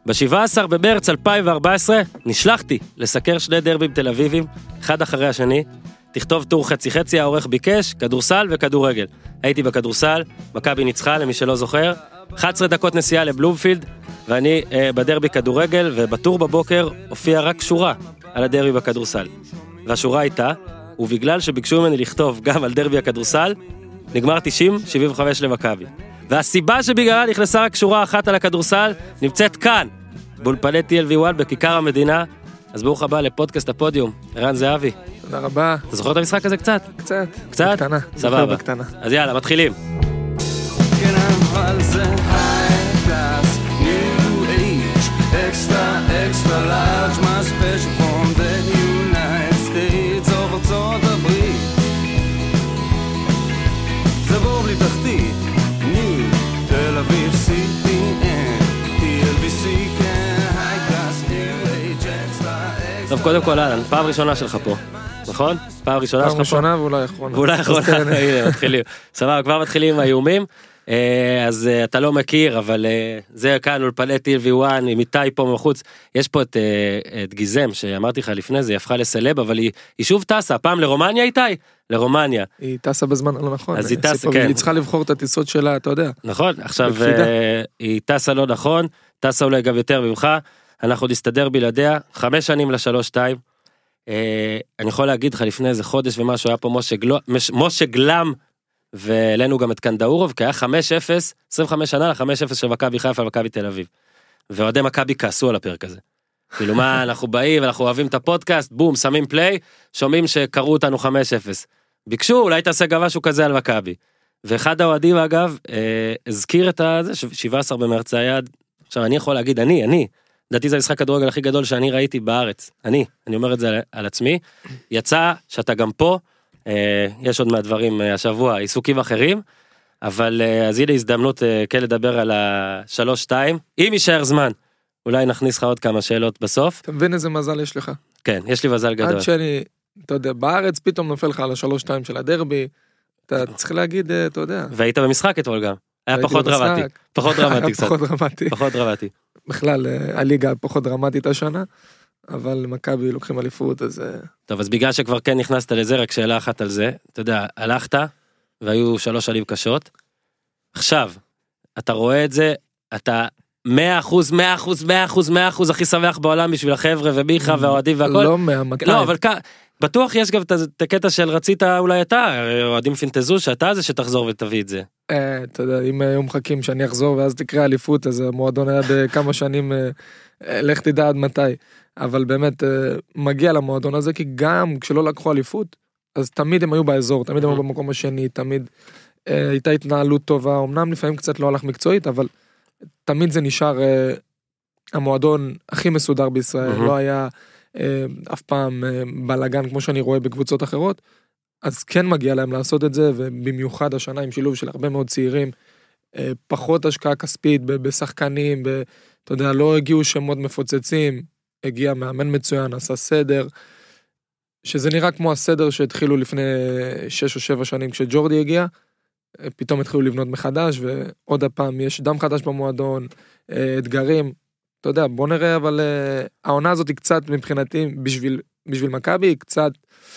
ב-17 במרץ 2014 נשלחתי לסקר שני דרבים תל אביבים, אחד אחרי השני, תכתוב טור חצי חצי, העורך ביקש, כדורסל וכדורגל. הייתי בכדורסל, מכבי ניצחה למי שלא זוכר, 11 דקות נסיעה לבלומפילד, ואני בדרבי כדורגל, ובטור בבוקר הופיע רק שורה על הדרבי בכדורסל. והשורה הייתה, ובגלל שביקשו ממני לכתוב גם על דרבי הכדורסל, נגמר 90-75 למכבי. והסיבה שבגללה נכנסה רק שורה אחת על הכדורסל, נמצאת כאן, באולפני TLV1 בכיכר המדינה. אז ברוך הבא לפודקאסט הפודיום, ערן זהבי. תודה רבה. אתה זוכר את המשחק הזה קצת? קצת. קצת? בקטנה. סבבה. בקטנה. אז יאללה, מתחילים. כן, אבל זה high class, new age, extra large, my special from the United States of ארצות הברית. זה בור בלי תחתית, new, תל אביב, CPN, TLVC, כן, high class, new age, extra. טוב, קודם כל, אלן, פעם ראשונה שלך פה, נכון? פעם ראשונה שלך פה? פעם ראשונה ואולי אחרונה. ואולי אחרונה, הנה, מתחילים. סבבה, כבר מתחילים עם האיומים. אז אתה לא מכיר, אבל זה כאן אולפני TLV1 עם איתי פה מחוץ. יש פה את גיזם שאמרתי לך לפני זה, היא הפכה לסלב, אבל היא שוב טסה, פעם לרומניה איתי? לרומניה. היא טסה בזמן לא נכון. אז היא טסה, כן. היא צריכה לבחור את הטיסות שלה, אתה יודע. נכון, עכשיו היא טסה לא נכון, טסה אולי גם יותר ממך, אנחנו נסתדר בלעדיה, 5 שנים ל3-2. אני יכול להגיד לך לפני איזה חודש ומשהו, היה פה משה גלם, ואלינו גם את קנדאורוב, כי היה 5-0, 25 שנה ל-5-0 של מכבי חיפה ומכבי תל אביב. ואוהדי מכבי כעסו על הפרק הזה. כאילו מה, אנחנו באים, אנחנו אוהבים את הפודקאסט, בום, שמים פליי, שומעים שקראו אותנו 5-0. ביקשו, אולי תעשה גם משהו כזה על מכבי. ואחד האוהדים, אגב, הזכיר את זה, 17 במרץ היעד. עכשיו, אני יכול להגיד, אני, לדעתי זה המשחק כדורגל הכי גדול שאני ראיתי בארץ. אני אומר את זה על עצמי. יצא שאתה גם פה, יש עוד מהדברים השבוע, עיסוקים אחרים, אבל אז הנה הזדמנות כן לדבר על ה3-2, אם יישאר זמן, אולי נכניס לך עוד כמה שאלות בסוף. אתה מבין איזה מזל יש לך? כן, יש לי מזל גדול. עד שאני, אתה יודע, בארץ פתאום נופל לך על ה3-2 של הדרבי, אתה צריך להגיד, אתה יודע. והיית במשחק אתמול גם, היה פחות דרמטי, פחות דרמטי. בכלל, הליגה פחות דרמטית השנה, אבל מכבי לוקחים אליפות, אז... טוב, אז בגלל שכבר כן נכנסת לזה, רק שאלה אחת על זה, אתה יודע, הלכת, והיו 3 שנים קשות, עכשיו, אתה רואה את זה, אתה 100% הכי שמח בעולם בשביל החבר'ה ומיכה והאוהדים והכל. לא 100%. לא, אבל בטוח יש גם את הקטע של רצית אולי אתה, אוהדים פינטזו שאתה זה שתחזור ותביא את זה. אתה יודע, אם היום מחכים שאני אחזור ואז תקרא אליפות, אז המועדון היה בכמה שנים, לך תדע עד מתי. אבל באמת מגיע למועדון הזה, כי גם כשלא לקחו אליפות, אז תמיד הם היו באזור, תמיד הם היו במקום השני, תמיד הייתה התנהלות טובה, אמנם לפעמים קצת לא הלך מקצועית, אבל תמיד זה נשאר המועדון הכי מסודר בישראל, לא היה אף פעם בלגן כמו שאני רואה בקבוצות אחרות, אז כן מגיע להם לעשות את זה, ובמיוחד השנה עם שילוב של הרבה מאוד צעירים, פחות השקעה כספית בשחקנים, אתה יודע, לא הגיעו שמות מפוצצים, הגיע מאמן מצוין, עשה סדר, שזה נראה כמו הסדר שהתחילו לפני 6 או 7 שנים כשג'ורדי הגיע, פתאום התחילו לבנות מחדש, ועוד הפעם יש דם חדש במועדון, אתגרים, אתה יודע, בוא נראה, אבל העונה הזאת היא קצת מבחינתי, בשביל מכבי, היא קצת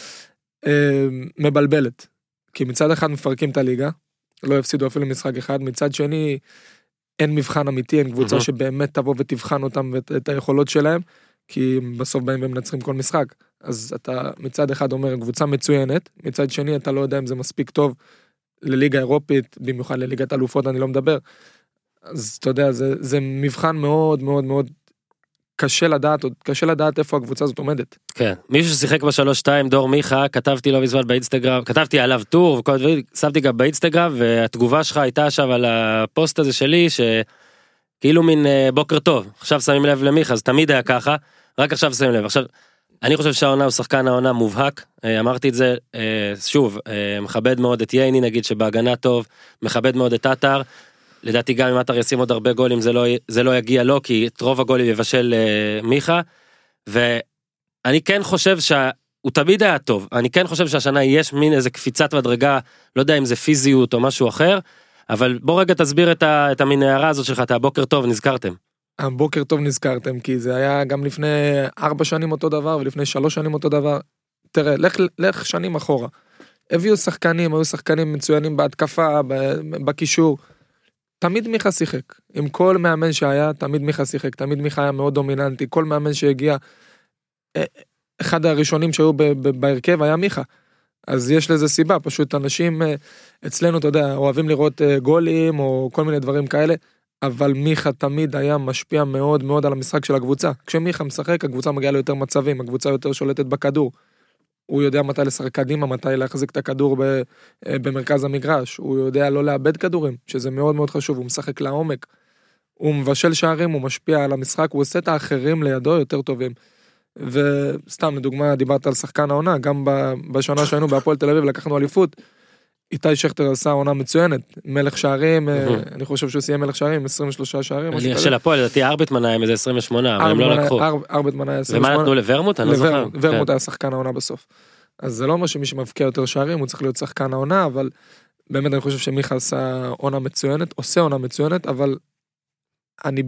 מבלבלת, כי מצד אחד מפרקים את הליגה, לא יפסידו אפילו משחק אחד, מצד שני, אין מבחן אמיתי, אין קבוצה שבאמת תבוא ותבחן אותם ואת היכולות שלהם, כי בסוף באים והם מנצחים כל משחק. אז אתה מצד אחד אומר, קבוצה מצוינת, מצד שני אתה לא יודע אם זה מספיק טוב לליגה אירופית, במיוחד לליגת אלופות אני לא מדבר. אז אתה יודע, זה מבחן מאוד מאוד מאוד קשה לדעת איפה הקבוצה הזאת עומדת. כן, מישהו ששיחק ב3-2, דור מיכה, כתבתי לו בזמן באינסטגרם, כתבתי עליו טור וכל דברים, שמתי גם באינסטגרם, והתגובה שלך הייתה עכשיו על הפוסט הזה שלי, שכאילו מין בוקר טוב, עכשיו שמים לב למיכה, אז תמיד היה ככה, רק עכשיו שמים לב. עכשיו, אני חושב שהעונה הוא שחקן העונה מובהק, אמרתי את זה, שוב, מכבד מאוד את ייני נגיד, שבהגנה טוב, מכבד מאוד את אתר, לדעתי גם אם אתר ישים עוד הרבה גולים, זה לא יגיע לו, כי את רוב הגולים יבשל מיכה, ואני כן חושב שהוא תמיד היה טוב, אני כן חושב שהשנה יש מין איזה קפיצת מדרגה, לא יודע אם זה פיזיות או משהו אחר, אבל בוא רגע תסביר את המין הערה הזאת שלך, אתה הבוקר טוב, נזכרתם. הבוקר טוב נזכרתם, כי זה היה גם לפני 4 שנים אותו דבר, ולפני 3 שנים אותו דבר. תראה, לך שנים אחורה. הביאו שחקנים, היו שחקנים מצוינים בהתקפה, בקישור. תמיד מיכה שיחק. עם כל מאמן שהיה, תמיד מיכה שיחק. תמיד מיכה היה מאוד דומיננטי. כל מאמן שהגיע, אחד הראשונים שהיו בהרכב היה מיכה. אז יש לזה סיבה, פשוט אנשים אצלנו, אתה יודע, אוהבים לראות גולים, או כל מיני דברים כאלה, אבל מיכה תמיד היה משפיע מאוד מאוד על המשחק של הקבוצה. כשמיכה משחק, הקבוצה מגיעה ליותר מצבים, הקבוצה יותר שולטת בכדור. הוא יודע מתי לשחק קדימה, מתי להחזיק את הכדור במרכז המגרש. הוא יודע לא לאבד כדורים, שזה מאוד מאוד חשוב. הוא משחק לעומק. הוא מבשל שערים, הוא משפיע על המשחק, הוא עושה את האחרים לידו יותר טובים. וסתם לדוגמה, דיברת על שחקן העונה, גם בשנה שהיינו בהפועל תל אביב, לקחנו אליפות, איתי שכטר עשה עונה מצוינת, מלך שערים, אני חושב שהוא סיים מלך שערים, 23 שערים. של הפועל, לדעתי ארבטמן היה עם איזה 28, אבל הם לא לקחו. ארבטמן היה 28. ומה נתנו לוורמוט? אני לא זוכר. וורמוט היה שחקן העונה בסוף. אז זה לא אומר שמי שמבקיע יותר שערים, הוא צריך להיות שחקן העונה, אבל באמת אני חושב שמיכה עשה עונה מצוינת, עושה עונה מצוינת, אבל אני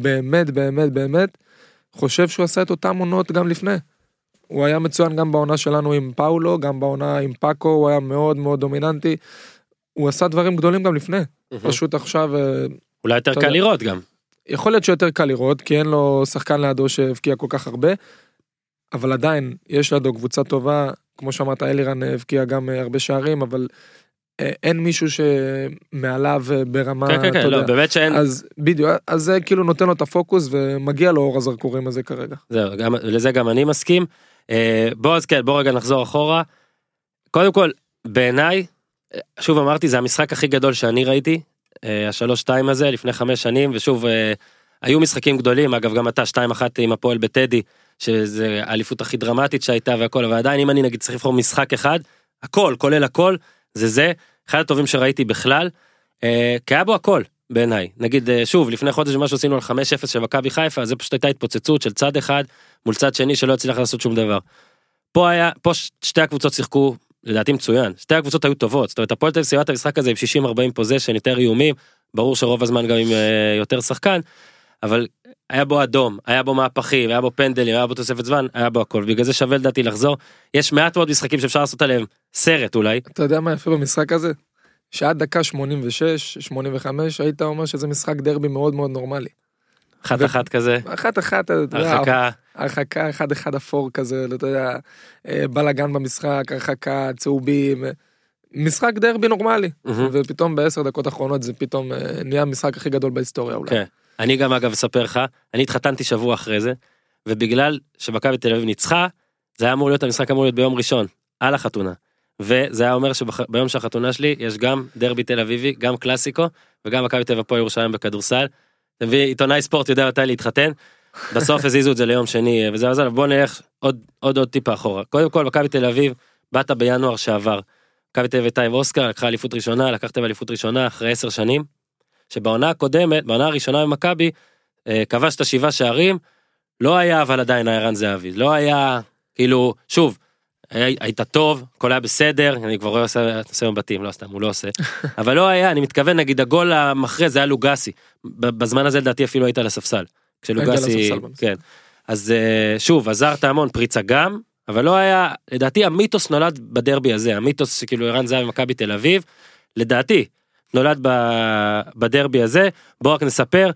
באמת חושב שהוא עשה את אותם עונות גם לפני. הוא היה מצוין גם בעונה שלנו עם פאולו, גם בעונה עם פאקו, הוא היה מאוד מאוד דומיננטי. הוא עשה דברים גדולים גם לפני. פשוט עכשיו... אולי יותר קל לראות גם. יכול להיות שיותר קל לראות, כי אין לו שחקן לידו שהבקיע כל כך הרבה, אבל עדיין יש לידו קבוצה טובה, כמו שאמרת, אלירן הבקיע גם הרבה שערים, אבל אין מישהו שמעליו ברמה... כן, לא, באמת שאין... אז בדיוק, אז זה כאילו נותן לו את הפוקוס, ומגיע לו אור הזרקורים הזה כרגע. זהו, לזה גם אני מסכים. בוא רגע נחזור אחורה. קודם כל, בעיניי, שוב אמרתי, זה המשחק הכי גדול שאני ראיתי, 3-2 הזה, לפני 5 שנים, ושוב, היו משחקים גדולים, אגב, גם אתה 2-1 עם הפועל בטדי, שזה האליפות הכי דרמטית שהייתה והכל, אבל עדיין, אם אני נגיד צריך לבחור משחק אחד, הכל, כולל הכל, זה, אחד הטובים שראיתי בכלל, כי היה בו הכל, בעיניי. נגיד, שוב, לפני חודש מה שעשינו על 5-0 של מכבי חיפה, זה פשוט הייתה התפוצצות של צד אחד, מול צד שני שלא הצליח לעשות שום דבר. פה שתי הקבוצות שיחקו, לדעתי מצוין, שתי הקבוצות היו טובות, זאת אומרת, הפועל תל אביב סיימה את המשחק הזה עם 60-40 פוזיישן, יותר איומים, ברור שרוב הזמן גם עם יותר שחקן, אבל היה בו אדום, היה בו מהפכים, היה בו פנדלים, היה בו תוספת זמן, היה בו הכל, בגלל זה שווה לדעתי לחזור. יש מעט מאוד משחקים שאפשר לעשות עליהם סרט אולי. אתה יודע מה יפה במשחק הזה? שעד דקה 86, 85, היית אומר שזה משחק דרבי מאוד מאוד נורמלי. 1-1 כזה. 1-1, הרחקה, 1-1 אפור כזה, אתה יודע, בלגן במשחק, הרחקה, צהובים, משחק דרבי נורמלי, ופתאום ב10 דקות האחרונות זה פתאום נהיה המשחק הכי גדול בהיסטוריה אולי. כן, אני גם אגב אספר לך, אני התחתנתי שבוע אחרי זה, ובגלל שמכבי תל אביב ניצחה, זה היה אמור להיות, המשחק אמור להיות ביום ראשון, על החתונה, וזה היה אומר שביום של החתונה שלי, יש גם דרבי תל אביבי, גם קלאסיקו, וגם מכבי תל אביב פה ירושלים בכדורסל, עיתונאי ספורט יודע מתי להתחתן, בסוף הזיזו את זה ליום שני, וזה מזל, בוא נלך עוד טיפה אחורה. קודם כל, מכבי תל אביב, באת בינואר שעבר, מכבי תל אביב הייתה עם אוסקר, לקחה אליפות ראשונה, לקחתם אליפות ראשונה אחרי 10 שנים, שבעונה הקודמת, בעונה הראשונה במכבי, כבשת 7 שערים, לא היה אבל עדיין ערן זהבי, לא היה, כאילו, שוב, היית טוב, הכל היה בסדר, אני כבר רואה עושה מבטים, לא סתם, הוא לא עושה, אבל לא היה, אני מתכוון, נגיד, הגול המחרי, זה היה לוגסי, בזמן הזה לדעתי אפילו היית על הספסל, כשלוגסי, כן, אז שוב, עזרת המון, פריצה גם, אבל לא היה, לדעתי המיתוס נולד בדרבי הזה, המיתוס שכאילו ערן זהבי מכבי תל אביב, לדעתי, נולד בדרבי הזה, בואו רק נספר,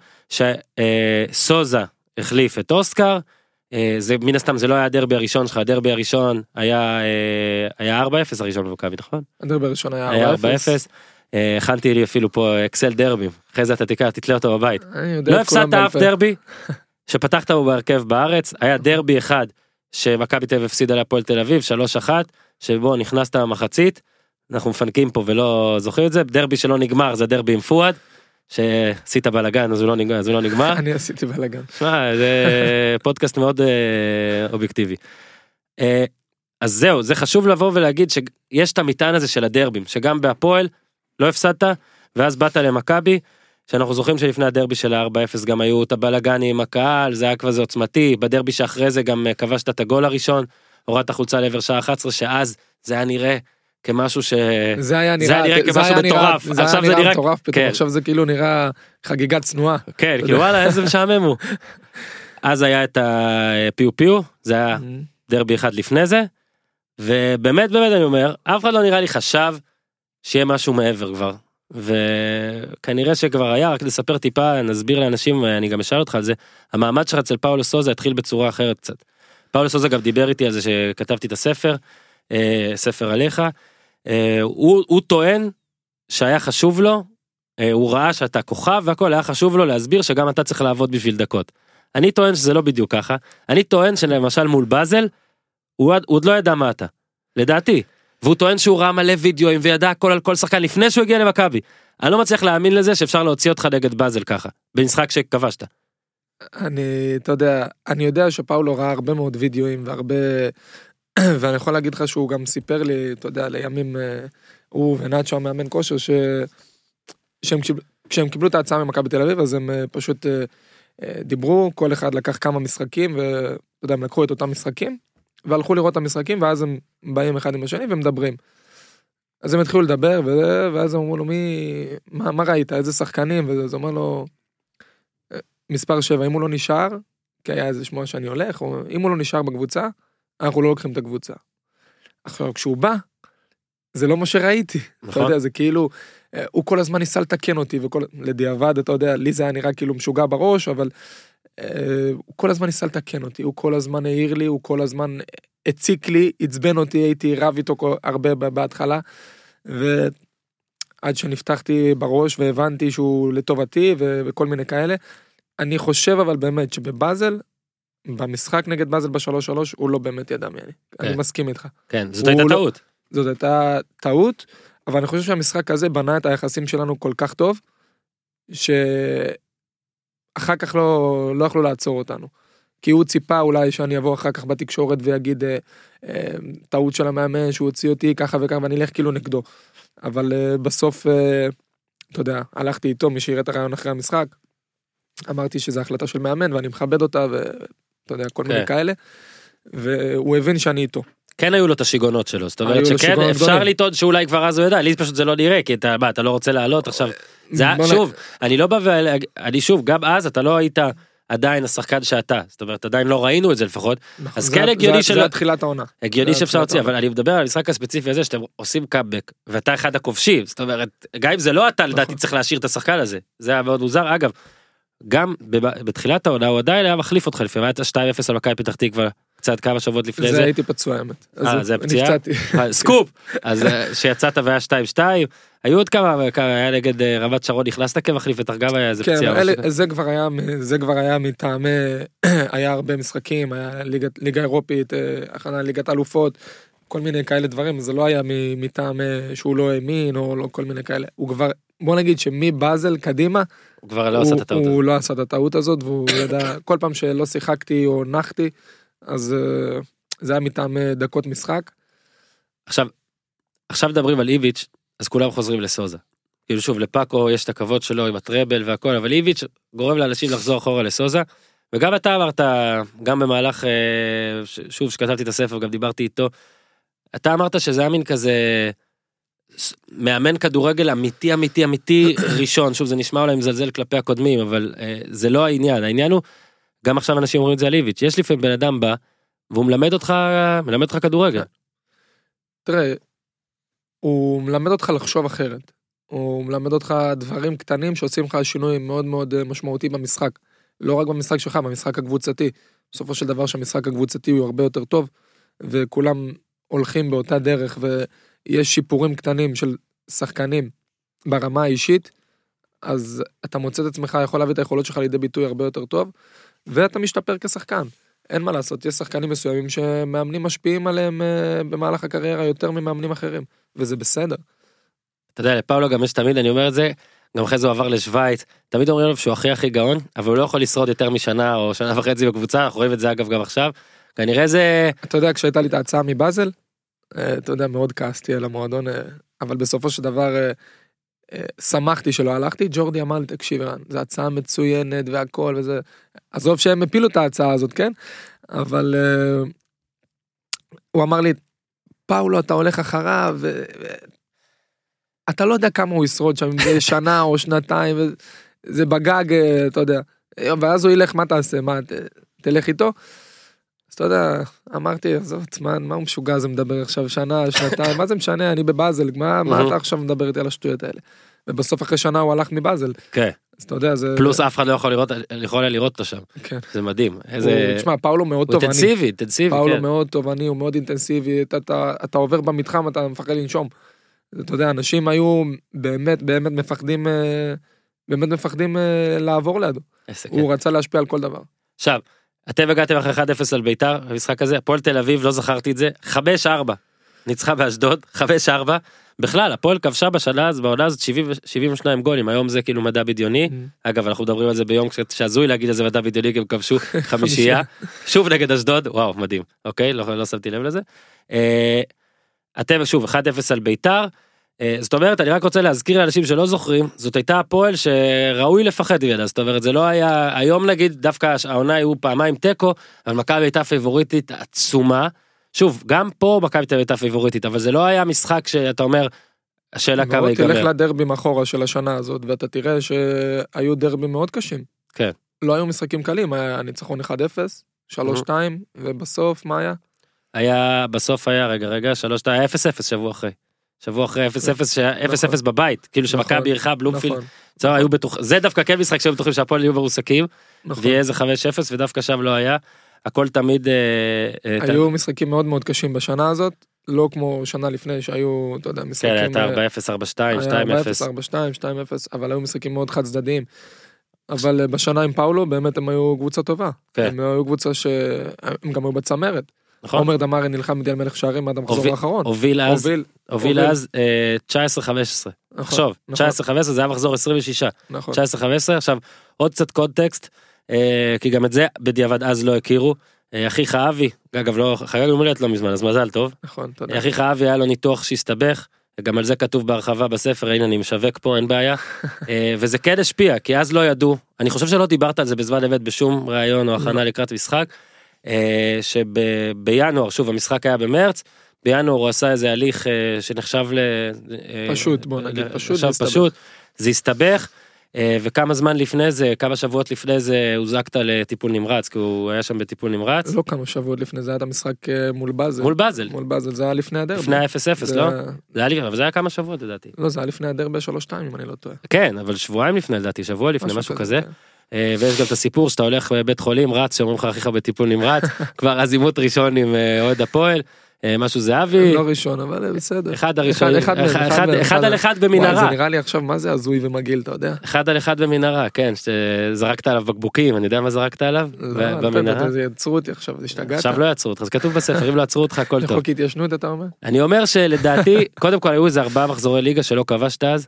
שסוזה החליף את אוסקר, זה מן הסתם זה לא היה הדרבי הראשון שלך, הדרבי הראשון היה 4-0 הראשון במכבי, נכון? הדרבי הראשון היה 4-0. הכנתי לי אפילו פה אקסל דרבים, אחרי זה אתה תתלה אותו בבית. לא הפסדת אף דרבי, שפתחת בו בהרכב בארץ, היה דרבי אחד, שמכבי תל אביב הפסידה להפועל תל אביב, 3-1, שבו נכנסת למחצית, אנחנו מפנקים פה ולא זוכרים את זה, דרבי שלא נגמר, זה דרבי עם פואד, שעשית בלגן, אז הוא לא נגמר. אני עשיתי בלגן. זה פודקאסט מאוד אובייקטיבי. אז זהו, זה חשוב לבוא ולהגיד שיש את המטען הזה של הדרבים, שגם בהפועל לא הפסדת, ואז באת למכבי, שאנחנו זוכרים שלפני הדרבי של ה-4-0 גם היו את הבלגני עם הקהל, זה היה כזה עוצמתי, בדרבי שאחרי זה גם כבשת את הגול הראשון, הורדת החולצה לעבר שעה 11, שאז זה היה נראה כמשהו זה היה נראה כמשהו מטורף, עכשיו זה נראה מטורף, עכשיו זה כאילו נראה חגיגת צנועה. כן, כאילו וואלה, איזה משעמם הוא. אז היה את הפיו פיו, זה היה דרבי אחד לפני זה, ובאמת אני אומר, אף אחד לא נראה לי חשב שיהיה משהו מעבר כבר, וכנראה שכבר היה, רק לספר טיפה, נסביר לאנשים, אני גם אשאל אותך על זה, המעמד שלך אצל פאולו סוזה התחיל בצורה אחרת קצת. פאולו סוזה גם דיבר איתי על זה שכתבתי את הספר, ספר עליך, הוא טוען שהיה חשוב לו, הוא ראה שאתה כוכב והכל, היה חשוב לו להסביר שגם אתה צריך לעבוד בשביל דקות. אני טוען שזה לא בדיוק ככה, אני טוען שלמשל מול באזל, הוא עוד לא ידע מה אתה, לדעתי, והוא טוען שהוא ראה מלא וידאוים וידע הכל על כל שחקן לפני שהוא הגיע למכבי. אני לא מצליח להאמין לזה שאפשר להוציא אותך נגד באזל ככה, במשחק שכבשת. אתה יודע, אני יודע שפאולו ראה הרבה מאוד וידאוים והרבה, ואני יכול להגיד לך שהוא גם סיפר לי, אתה יודע, לימים, הוא ונאצ'ו המאמן כושר, כשהם קיבלו את ההצעה ממכבי תל אביב, אז הם פשוט דיברו, כל אחד לקח כמה משחקים, ואתה יודע, הם לקחו את אותם משחקים, והלכו לראות את המשחקים, ואז הם באים אחד עם השני ומדברים. אז הם התחילו לדבר, ואז אמרו לו, מה ראית? איזה שחקנים? ואז הוא אמר לו, מספר 7, אם הוא לא נשאר, כי היה איזה שמוע שאני הולך, או אם הוא לא נשאר בקבוצה, אנחנו לא לוקחים את הקבוצה. עכשיו, כשהוא בא, זה לא מה שראיתי. אתה יודע, זה כאילו, הוא כל הזמן ניסה לתקן אותי, לדיעבד, אתה יודע, לי זה היה נראה כאילו משוגע בראש, אבל הוא כל הזמן ניסה לתקן אותי, הוא כל הזמן העיר לי, הוא כל הזמן הציק לי, עצבן אותי, הייתי רב איתו הרבה בהתחלה, ועד שנפתחתי בראש והבנתי שהוא לטובתי וכל מיני כאלה, אני חושב אבל באמת שבבאזל, במשחק נגד באזל ב3-3, הוא לא באמת ידע מי אני מסכים איתך. כן, זאת הייתה טעות. זאת הייתה טעות, אבל אני חושב שהמשחק הזה בנה את היחסים שלנו כל כך טוב, שאחר כך לא יכלו לעצור אותנו. כי הוא ציפה אולי שאני אבוא אחר כך בתקשורת ויגיד טעות של המאמן, שהוא הוציא אותי ככה וככה, ואני אלך כאילו נגדו. אבל בסוף, אתה יודע, הלכתי איתו, מי שיראה את הרעיון אחרי המשחק, אמרתי שזו החלטה של מאמן, ואני מכבד אותה, ואתה יודע, כל מיני כאלה, והוא הבין שאני איתו. כן היו לו את השיגונות שלו, זאת אומרת שכן אפשר לטעון שאולי כבר אז הוא ידע, לי פשוט זה לא נראה, כי אתה לא רוצה לעלות עכשיו, שוב, אני לא בא אני שוב, גם אז אתה לא היית עדיין השחקן שאתה, זאת אומרת עדיין לא ראינו את זה לפחות, אז כן הגיוני זה היה תחילת העונה. הגיוני שאפשר להוציא, אבל אני מדבר על המשחק הספציפי הזה, שאתם עושים קאמבק, ואתה אחד הכובשים, זאת אומרת, גם אם זה לא אתה, לדעתי צריך להשאיר את השחקן הזה, זה היה מאוד מוזר, אגב, גם בתחילת העונה הוא עדיין היה מחליף אותך לפעמים, היה 2-0 על מכבי פתח תקווה קצת כמה שבועות לפני זה. זה הייתי פצוע האמת. זה פציעה? סקופ! אז שיצאת והיה 2-2, היו עוד כמה, היה נגד רמת שרון, נכנסת כמחליף ותרגם היה איזה פציעה. כן, זה כבר היה מטעמי, היה הרבה משחקים, היה ליגה אירופית, הכנה ליגת אלופות, כל מיני כאלה דברים, זה לא היה מטעמי שהוא לא האמין, או לא כל מיני כאלה. הוא כבר, בוא נגיד שמבאזל קדימה, הוא כבר לא עשה את הטעות הזאת. הוא לא עשה את הטעות הזאת, והוא ידע, כל פעם שלא שיחקתי או נחתי, אז זה היה מטעם דקות משחק. עכשיו מדברים על איביץ', אז כולם חוזרים לסוזה. כאילו שוב, לפאקו יש את הכבוד שלו עם הטראבל והכל, אבל איביץ' גורם לאנשים לחזור אחורה לסוזה, וגם אתה אמרת, גם במהלך, שוב, שכתבתי את הספר, גם דיברתי איתו, אתה אמרת שזה היה מין כזה, מאמן כדורגל אמיתי, אמיתי, אמיתי ראשון, שוב, זה נשמע אולי מזלזל כלפי הקודמים, אבל זה לא העניין, העניין הוא, גם עכשיו אנשים אומרים את זה על איביץ', יש לפעמים בן אדם בא, והוא מלמד אותך כדורגל. תראה, הוא מלמד אותך לחשוב אחרת, הוא מלמד אותך דברים קטנים שעושים לך שינוי מאוד מאוד משמעותי במשחק, לא רק במשחק שלך, במשחק הקבוצתי, בסופו של דבר שהמשחק הקבוצתי הוא הרבה יותר טוב, וכולם הולכים באותה דרך, ויש שיפורים קטנים של שחקנים ברמה האישית, אז אתה מוצא את עצמך, יכול להביא את היכולות שלך לידי ביטוי הרבה יותר טוב, ואתה משתפר כשחקן. אין מה לעשות, יש שחקנים מסוימים שמאמנים משפיעים עליהם במהלך הקריירה יותר ממאמנים אחרים, וזה בסדר. אתה יודע, לפאולו גם יש תמיד, אני אומר את זה, גם אחרי זה הוא עבר לשוויץ, תמיד אומרים לו שהוא הכי גאון, אבל הוא לא יכול לשרוד יותר משנה או שנה וחצי בקבוצה, אנחנו רואים את זה אגב גם עכשיו, כנראה זה... אתה יודע, כשהייתה לי את ההצעה מבאזל, אתה יודע, מאוד כעסתי על המועדון, אבל בסופו של דבר שמחתי שלא הלכתי, ג'ורדי אמר לי, תקשיב, זו הצעה מצוינת והכל וזה, עזוב שהם הפילו את ההצעה הזאת, כן? אבל הוא אמר לי, פאולו, אתה הולך אחריו, אתה לא יודע כמה הוא ישרוד שם, אם זה שנה או שנתיים, זה בגג, אתה יודע, ואז הוא ילך, מה תעשה, מה, תלך איתו? אז אתה יודע, אמרתי, עזוב עצמן, מה הוא משוגע, זה מדבר עכשיו שנה, שנתיים, מה זה משנה, אני בבאזל, מה אתה עכשיו מדבר איתי על השטויות האלה? ובסוף אחרי שנה הוא הלך מבאזל. כן. אז אתה יודע, זה... פלוס אף אחד לא יכול לראות אותו שם. כן. זה מדהים. תשמע, פאולו מאוד הוא טובעני. אינטנסיבי, פאולו כן. מאוד טובעני, הוא מאוד אינטנסיבי, אתה עובר במתחם, אתה מפחד לנשום. אתה יודע, אנשים היו באמת מפחדים לעבור לידו. הוא רצה להשפיע על כל דבר. עכשיו, אתם הגעתם אחרי 1-0 על ביתר, במשחק הזה, הפועל תל אביב, לא זכרתי את זה, 5-4, ניצחה באשדוד, 5-4, בכלל, הפועל כבשה בשנה, בעונה הזאת 72 גולים, היום זה כאילו מדע בדיוני, אגב, אנחנו מדברים על זה ביום שעזוי להגיד על זה מדע בדיוני, כי הם כבשו 5, שוב נגד אשדוד, וואו, מדהים, אוקיי, לא שמתי לב לזה. אתם שוב 1-0 על ביתר, זאת אומרת, אני רק רוצה להזכיר לאנשים שלא זוכרים, זאת הייתה הפועל שראוי לפחד ממנה, זאת אומרת, זה לא היה, היום נגיד, דווקא העונה היו פעמיים טקו, אבל מכבי הייתה פיבוריטית עצומה, שוב, גם פה מכבי הייתה פיבוריטית, אבל זה לא היה משחק שאתה אומר, השאלה כמה ייגמר. תלך לדרבים אחורה של השנה הזאת, ואתה תראה שהיו דרבים מאוד קשים. כן. לא היו משחקים קלים, היה ניצחון 1-0, 3-2, ובסוף מה היה? בסוף היה, רגע, 3-2, 0-0 שבוע אחרי 0-0 בבית, כאילו שמכבי אירחה בלומפילד, זה דווקא כן משחק שהיו בטוחים שהפועל יהיו מרוסקים, ויהיה איזה 5-0 ודווקא שם לא היה, הכל תמיד... היו משחקים מאוד מאוד קשים בשנה הזאת, לא כמו שנה לפני שהיו, אתה יודע, משחקים... כן, הייתה 4-0, 4-2, 2-0. 4-0, 2-0, אבל היו משחקים מאוד חד צדדיים. אבל בשנה עם פאולו באמת הם היו קבוצה טובה. הם היו קבוצה שהם גם היו בצמרת. עומר דמארי נלחם מדיאל מלך שערים עד המחזור האחרון. הוביל אז 19-15. עכשיו, 19-15 זה היה מחזור 26. 19-15, עכשיו עוד קצת קונטקסט, כי גם את זה בדיעבד אז לא הכירו. אחיך אבי, אגב לא, חגג יום הולדת לא מזמן, אז מזל טוב. נכון, תודה. אחיך אבי היה לו ניתוח שהסתבך, גם על זה כתוב בהרחבה בספר, הנה אני משווק פה, אין בעיה. וזה כן השפיע, כי אז לא ידעו, אני חושב שלא דיברת על זה בזמן אמת בשום ראיון או הכנה לקראת משחק, שבינואר, שוב המשחק היה במרץ, בינואר הוא עשה איזה הליך שנחשב פשוט, בוא נגיד, פשוט, זה הסתבך, וכמה זמן לפני זה, כמה שבועות לפני זה, הוזקת לטיפול נמרץ, כי הוא היה שם בטיפול נמרץ. לא כמה שבועות לפני זה, היה את המשחק מול באזל. מול באזל. מול באזל, זה היה לפני הדרבי. לפני ה-0-0, לא? אבל זה היה כמה שבועות, לדעתי. לא, זה היה לפני הדרבי 3-2, אם אני לא טועה. כן, אבל שבועיים לפני, לדעתי, שבוע לפני, משהו כזה. ויש גם את הסיפור שאתה הולך בבית חולים, רץ, שאומרים לך אחיך בטיפול נמרץ, כבר אז עימות ראשון עם אוהד הפועל, משהו זהבי. לא ראשון, אבל בסדר. אחד הראשון, אחד על אחד במנהרה. זה נראה לי עכשיו מה זה הזוי ומגעיל, אתה יודע. אחד על אחד במנהרה, כן, שזרקת עליו בקבוקים, אני יודע מה זרקת עליו? במנהרה. זה יצרו אותי עכשיו, זה השתגעת. עכשיו לא יצרו אותך, אז כתוב בספר, אם לא יצרו אותך, הכל טוב. לחוק התיישנות, אתה אומר? אני אומר שלדעתי, קודם כל היו איזה 4 מחזורי ליגה שלא כבשת אז,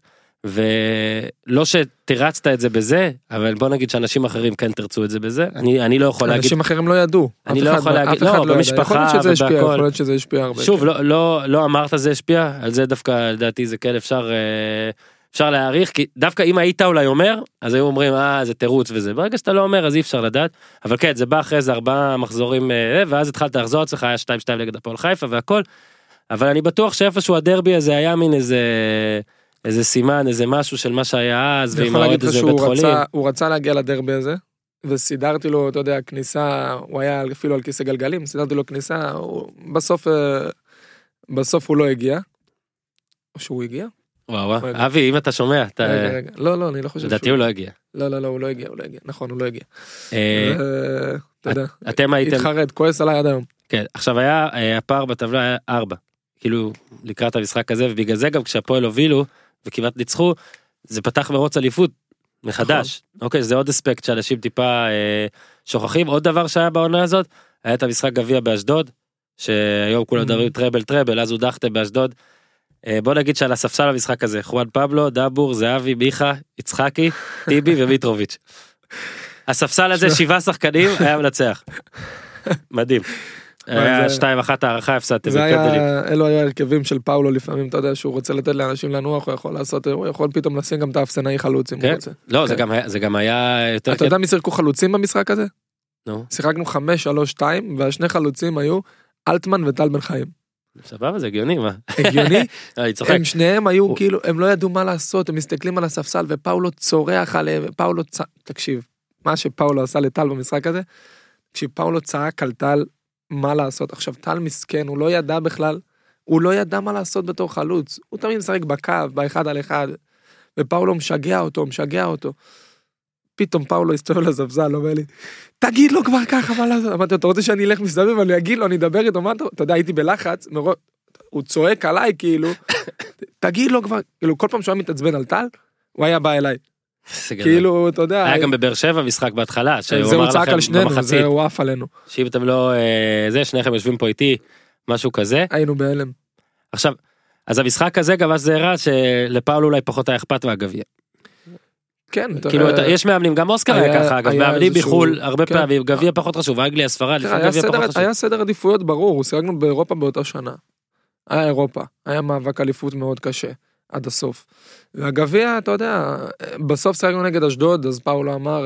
ולא שתרצת את זה בזה, אבל בוא נגיד שאנשים אחרים כן תרצו את זה בזה, אני לא יכול להגיד... אנשים אחרים לא ידעו. אני לא יכול להגיד, לא, במשפחה ובהכל. יכול להיות שזה השפיע הרבה. שוב, לא אמרת זה השפיע, על זה דווקא לדעתי זה כן אפשר להעריך, כי דווקא אם היית אולי אומר, אז היו אומרים, זה תירוץ וזה, ברגע שאתה לא אומר, אז אי אפשר לדעת, אבל כן, זה בא אחרי זה 4 מחזורים, ואז התחלת לחזור אצלך, היה 2-2 נגד הפועל חיפה והכל, אבל אני בטוח שאיפשהו הדרבי הזה היה מין איזה סימן, איזה משהו של מה שהיה אז, ועם העוד איזה בית חולים. הוא רצה להגיע לדרבי הזה, וסידרתי לו, אתה יודע, כניסה, הוא היה אפילו על כיסא גלגלים, סידרתי לו כניסה, בסוף הוא לא הגיע. או שהוא הגיע? וואו, אבי, אם אתה שומע, אתה... לא, אני לא חושב שהוא... לדעתי הוא לא הגיע. לא, הוא לא הגיע. נכון, הוא לא הגיע. אתה יודע, אתם הייתם... התחרד, כועס עליי עד היום. כן, עכשיו היה, הפער בטבלה היה 4. כאילו, לקראת המשחק הזה, ובגלל זה גם כשהפועל הובילו, וכמעט ניצחו, זה פתח מרוץ אליפות מחדש. אוקיי, זה עוד אספקט שאנשים טיפה שוכחים. עוד דבר שהיה בעונה הזאת, היה את המשחק גביע באשדוד, שהיום כולם מדברים טראבל, אז הודחתם באשדוד. בוא נגיד שעל הספסל המשחק הזה, חואן פבלו, דאבור, זהבי, מיכה, יצחקי, טיבי ומיטרוביץ'. הספסל הזה 7 שחקנים, היה מנצח. מדהים. היה 2-1 הערכה, הפסדתם. זה היה, אלו היה הרכבים של פאולו לפעמים, אתה יודע שהוא רוצה לתת לאנשים לנוח, הוא יכול לעשות, הוא יכול פתאום לשים גם את האפסנאי חלוץ אם הוא רוצה. לא, זה גם היה יותר... אתה יודע מי שיחקו חלוצים במשחק הזה? נו. שיחקנו 5-3-2, והשני חלוצים היו אלטמן וטל בן חיים. סבבה, זה הגיוני, מה? הגיוני? אני צוחק. הם שניהם היו כאילו, הם לא ידעו מה לעשות, הם מסתכלים על הספסל, ופאולו צורח עליהם, ופאולו תקשיב, מה שפאולו עשה לטל במשחק הזה, כשפאולו צעק על טל, מה לעשות? עכשיו, טל מסכן, הוא לא ידע בכלל, הוא לא ידע מה לעשות בתור חלוץ, הוא תמיד משחק בקו, באחד על אחד, ופאולו משגע אותו. פתאום פאולו הסתובב לספסל, אומר לי, תגיד לו כבר ככה, מה לעשות? אמרתי, אתה רוצה שאני אלך מסביב, אני אגיד לו, אני אדבר איתו, מה אתה יודע, הייתי בלחץ, הוא צועק עליי, כאילו, תגיד לו כבר, כאילו, כל פעם שהוא היה מתעצבן על טל, הוא היה בא אליי. כאילו, אתה יודע... היה גם בבאר שבע משחק בהתחלה, זה הוא צעק על שנינו, זה הוא עף עלינו. שאם אתם לא... שניכם יושבים פה איתי, משהו כזה. היינו בהלם. עכשיו, אז המשחק הזה גם אז זה הראה שלפאולו אולי פחות היה אכפת מהגביע. כן. כאילו, יש מאמנים, גם אוסקר היה ככה, אגב, מאמנים בחול, הרבה פעמים, גביע פחות חשוב, אנגליה, ספרד, היה סדר עדיפויות ברור, שיחקנו באירופה באותה שנה. היה אירופה, היה מאבק אליפות מאוד קשה, עד הסוף. והגביע, אתה יודע, בסוף שיחקנו נגד אשדוד, אז פאולו אמר,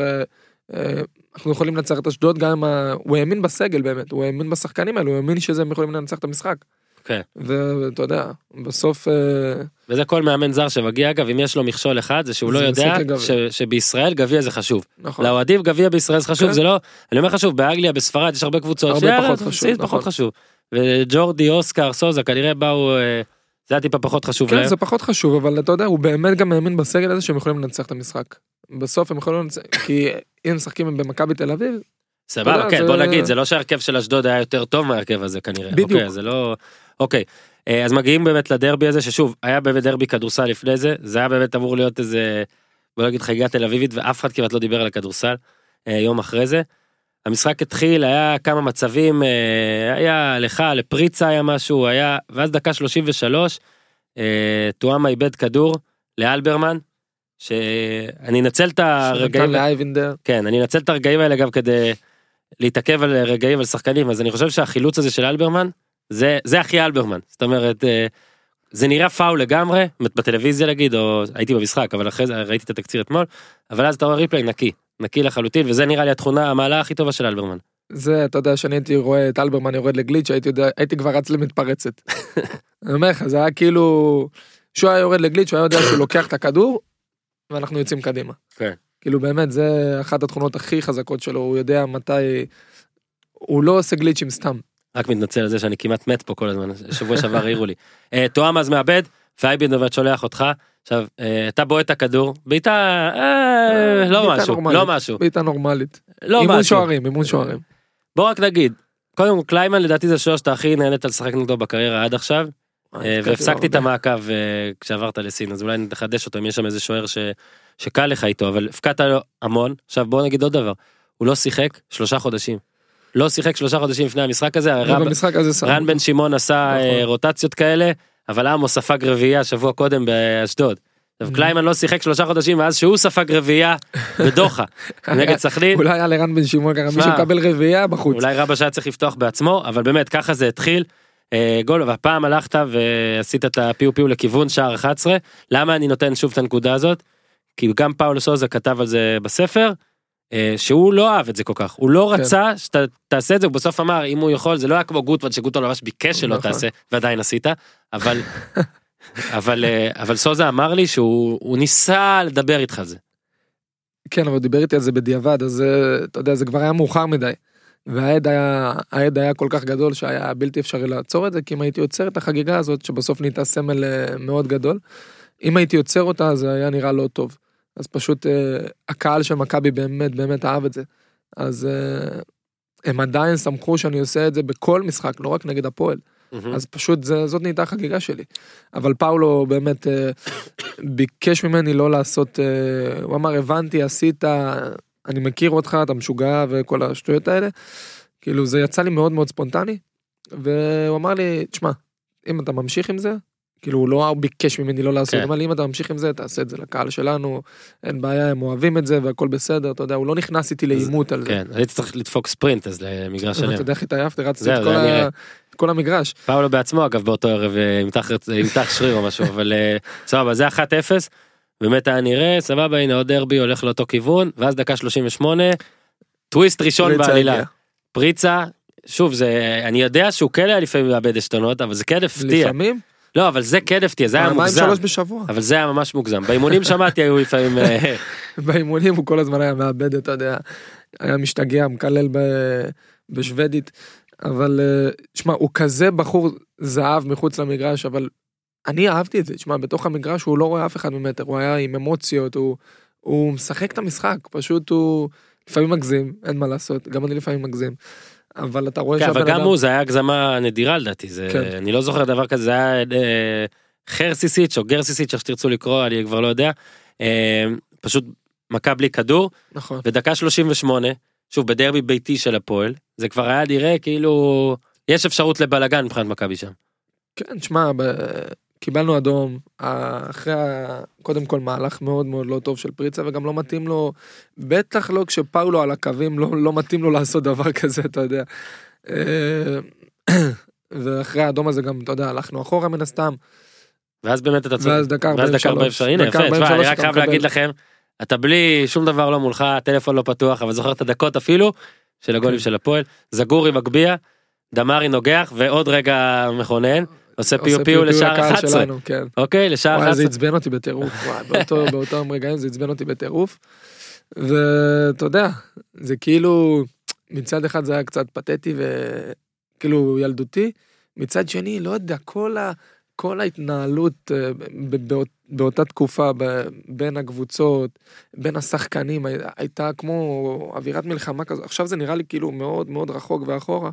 אנחנו יכולים לנצח את אשדוד, גם הוא האמין בסגל באמת, הוא האמין בשחקנים האלו, הוא האמין שהם יכולים לנצח את המשחק. כן. ואתה יודע, בסוף... וזה כל מאמן זר שמגיע, אגב, אם יש לו מכשול אחד, זה שהוא לא יודע שבישראל גביע זה חשוב. נכון. לאוהדים גביע בישראל זה חשוב, זה לא... אני אומר חשוב, באנגליה, בספרד, יש הרבה קבוצות, פחות חשוב. וג'ורדי, אוסקר, סוזה, כנראה באו... זה היה טיפה פחות חשוב להם. כן, זה פחות חשוב, אבל אתה יודע, הוא באמת גם מאמין בסגל הזה שהם יכולים לנצח את המשחק. בסוף הם יכולים לנצח, כי אם משחקים במכבי תל אביב... סבבה, כן, בוא נגיד, זה לא שהרכב של אשדוד היה יותר טוב מהרכב הזה כנראה. בדיוק. זה לא... אוקיי, אז מגיעים באמת לדרבי הזה, ששוב, היה באמת דרבי כדורסל לפני זה, זה היה באמת אמור להיות איזה, בוא נגיד חגיגה תל אביבית, ואף אחד כמעט לא דיבר על הכדורסל, יום אחרי זה. המשחק התחיל, היה כמה מצבים, היה לך, לפריצה היה משהו, היה, ואז דקה 33, תואמה איבד כדור לאלברמן, שאני אנצל את הרגעים, כן, אני אנצל את הרגעים האלה גם כדי להתעכב על רגעים על שחקנים, אז אני חושב שהחילוץ הזה של אלברמן, זה הכי אלברמן, זאת אומרת, זה נראה פאול לגמרי, בטלוויזיה להגיד, או הייתי במשחק, אבל אחרי זה ראיתי את התקציר אתמול, אבל אז אתה רואה ריפלי נקי לחלוטין, וזה נראה לי התכונה, המעלה הכי טובה של אלברמן. זה, אתה יודע, שאני הייתי רואה את אלברמן יורד לגליץ', הייתי כבר רץ למתפרצת. אני אומר לך, זה היה כאילו, שהוא היה יורד לגליץ', שהוא היה יודע שהוא לוקח את הכדור, ואנחנו יוצאים קדימה. כן. כאילו באמת, זה אחת התכונות הכי חזקות שלו, הוא יודע מתי, הוא לא עושה גליצ'ים סתם. רק מתנצל על זה שאני כמעט מת פה כל הזמן, שבוע שעבר העירו לי. תואם אז מאבד, ואייבין דוברת שולח אותך, עכשיו, אתה בועט את הכדור, בעיטה, לא משהו. בעיטה נורמלית. לא משהו. אימון שוערים. בוא רק נגיד, קודם קליימן לדעתי זה שלושת הכי נהנית על לשחק נגדו בקריירה עד עכשיו, והפסקתי את המעקב כשעברת לסין, אז אולי נחדש אותו אם יש שם איזה שוער שקל לך איתו, אבל הפקעת לו המון. עכשיו בוא נגיד עוד דבר, הוא לא שיחק 3 חודשים. לא שיחק 3 חודשים לפני המשחק הזה, רן בן שמעון עשה רוטציות כאלה, אבל עמוס ספג רביעייה שבוע קודם באשדוד. קליימן לא שיחק 3 חודשים מאז שהוא ספג רביעייה בדוחה, נגד סכנין. אולי היה לרן בן שמעון ככה, מישהו מקבל רביעייה בחוץ. אולי רבא שהיה צריך לפתוח בעצמו, אבל באמת ככה זה התחיל. גול, והפעם הלכת ועשית את הפיו פיו לכיוון שער 11. למה אני נותן שוב את הנקודה הזאת? כי גם פאולו סוזה כתב על זה בספר, שהוא לא אהב את זה כל כך, הוא לא רצה שאתה תעשה את זה, הוא בסוף אמר, אם הוא יכול, זה לא היה כמו גוטמן, שגוטמן ממש ביקש שלא תעשה, ועדיין עשית, אבל סוזה אמר לי שהוא ניסה לדבר איתך על זה. כן, אבל הוא דיבר איתי על זה בדיעבד, אז אתה יודע, זה כבר היה מאוחר מדי, והעד היה כל כך גדול, שהיה בלתי אפשרי לעצור את זה, כי אם הייתי יוצר את החגיגה הזאת, שבסוף נהייתה סמל מאוד גדול, אם הייתי יוצר אותה, זה היה נראה לא טוב. אז פשוט הקהל של מכבי באמת אהב את זה. אז הם עדיין שמחו שאני עושה את זה בכל משחק, לא רק נגד הפועל. אז פשוט זאת נהייתה החגיגה שלי. אבל פאולו באמת ביקש ממני לא לעשות, הוא אמר, הבנתי, עשית, אני מכיר אותך, אתה משוגע וכל השטויות האלה. כאילו זה יצא לי מאוד מאוד ספונטני, והוא אמר לי, תשמע, אם אתה ממשיך עם זה, כאילו הוא לא ביקש ממני לא לעשות, אבל אם אתה ממשיך עם זה, תעשה את זה לקהל שלנו, אין בעיה, הם אוהבים את זה, והכל בסדר, אתה יודע, הוא לא נכנס איתי לאימות על זה. כן, הייתי צריך לדפוק ספרינט, אז למגרש שלם. אתה יודע איך התעייפתי, רצתי את כל המגרש. פאולו בעצמו, אגב, באותו ערב, ימתח שריר או משהו, אבל סבבה, זה 1-0, באמת היה נראה, סבבה, הנה עוד דרבי הולך לאותו כיוון, ואז דקה 38, טוויסט ראשון בעלילה. פריצה, שוב, אני יודע שהוא כן היה לפעמים מאבד עשתונות, אבל זה כן הפתיע. לפעמים? לא, אבל זה כן הפתיע, זה היה מוגזם. 2-3 בשבוע. אבל זה היה ממש מוגזם. באימונים שמעתי, היו לפעמים... באימונים הוא כל הזמן היה מאבד, אתה יודע, היה משתגע, מקלל בשוודית, אבל, שמע, הוא כזה בחור זהב מחוץ למגרש, אבל אני אהבתי את זה, שמע, בתוך המגרש הוא לא רואה אף אחד ממטר, הוא היה עם אמוציות, הוא משחק את המשחק, פשוט הוא לפעמים מגזים, אין מה לעשות, גם אני לפעמים מגזים, אבל אתה רואה אבל גם הוא, זה היה הגזמה נדירה לדעתי, אני לא זוכר דבר כזה, זה היה חרסיסיץ' או גרסיסיץ', איך שתרצו לקרוא, אני כבר לא יודע, פשוט מכה בלי כדור, נכון. ודקה 38, שוב, בדרבי ביתי של הפועל, זה כבר היה נראה כאילו, יש אפשרות לבלגן מבחינת מכבי שם. כן, תשמע, קיבלנו אדום, אחרי קודם כל מהלך מאוד מאוד לא טוב של פריצה, וגם לא מתאים לו, בטח לא כשפאולו על הקווים, לא מתאים לו לעשות דבר כזה, אתה יודע. ואחרי האדום הזה גם, אתה יודע, הלכנו אחורה מן הסתם. ואז באמת אתה ואז דקה 43. הנה, יפה, אני רק חייב להגיד לכם, אתה בלי שום דבר לא מולך, הטלפון לא פתוח, אבל זוכר את הדקות אפילו, של הגולים של הפועל, זגורי מגביע, דמרי נוגח, ועוד רגע מכונן, עושה פיו פיו לשער 11. אוקיי, לשער 11. זה עצבן אותי בטירוף, באותם רגעים זה עצבן אותי בטירוף, ואתה יודע, זה כאילו, מצד אחד זה היה קצת פתטי, וכאילו ילדותי, מצד שני, לא יודע, כל ההתנהלות באותה תקופה בין הקבוצות, בין השחקנים, הייתה כמו אווירת מלחמה כזו, עכשיו זה נראה לי כאילו מאוד מאוד רחוק ואחורה.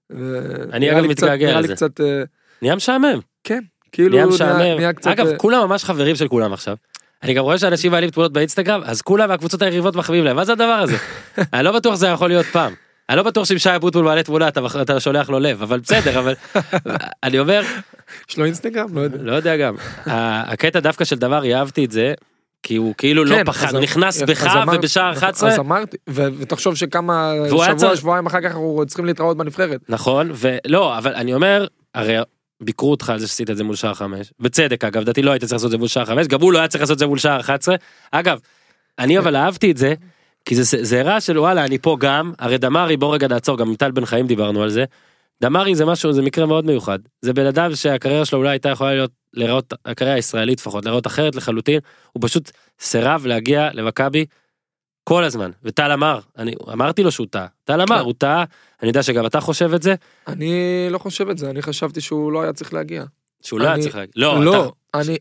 אני אגב מתגעגע לזה. נהיה משעמם. כן, כאילו נהיה קצת... אגב, כולם ממש חברים של כולם עכשיו. אני גם רואה שאנשים מעלים תמונות באינסטגרם, אז כולם והקבוצות היריבות מחביאים להם, מה זה הדבר הזה? אני לא בטוח זה יכול להיות פעם. אני לא בטוח שאם שי אבוטבול מעלה תמונה, אתה שולח לו לב, אבל בסדר, אבל אני אומר... יש לו אינסטגרם? לא יודע. לא יודע גם. הקטע דווקא של דמרי, אהבתי את זה, כי הוא כאילו לא פחד, הוא נכנס בך ובשער 11. אז אמרתי, ותחשוב שכמה שבועיים אחר כך אנחנו צריכים להתראות בנבחרת. נכון, ולא, אבל אני אומר, הרי ביקרו אותך על זה שעשית את זה מול שער 5, בצדק אגב, דעתי לא היית צריך לעשות את זה מול שער 5, גם הוא לא היה צריך לעשות את זה מול שער 11, אגב, אני אבל אהבתי את זה, כי זה הרע של וואלה, אני פה גם, הרי דמרי, בוא רגע נעצור, גם עם טל בן חיים דיברנו על זה, דמרי זה משהו, זה מקרה מאוד מיוחד, זה בן אדם שהקריירה שלו אולי הייתה יכולה לראות, הקריירה הישראלית לפחות, לראות אחרת לחלוטין, הוא פשוט סירב להגיע למכבי כל הזמן, וטל אמר, אני אמרתי לו שהוא טעה, טל אמר, הוא טעה, אני יודע שגם אתה חושב את זה. אני לא חושב את זה, אני חשבתי שהוא לא היה צריך להגיע. שהוא לא היה צריך להגיע. לא, אני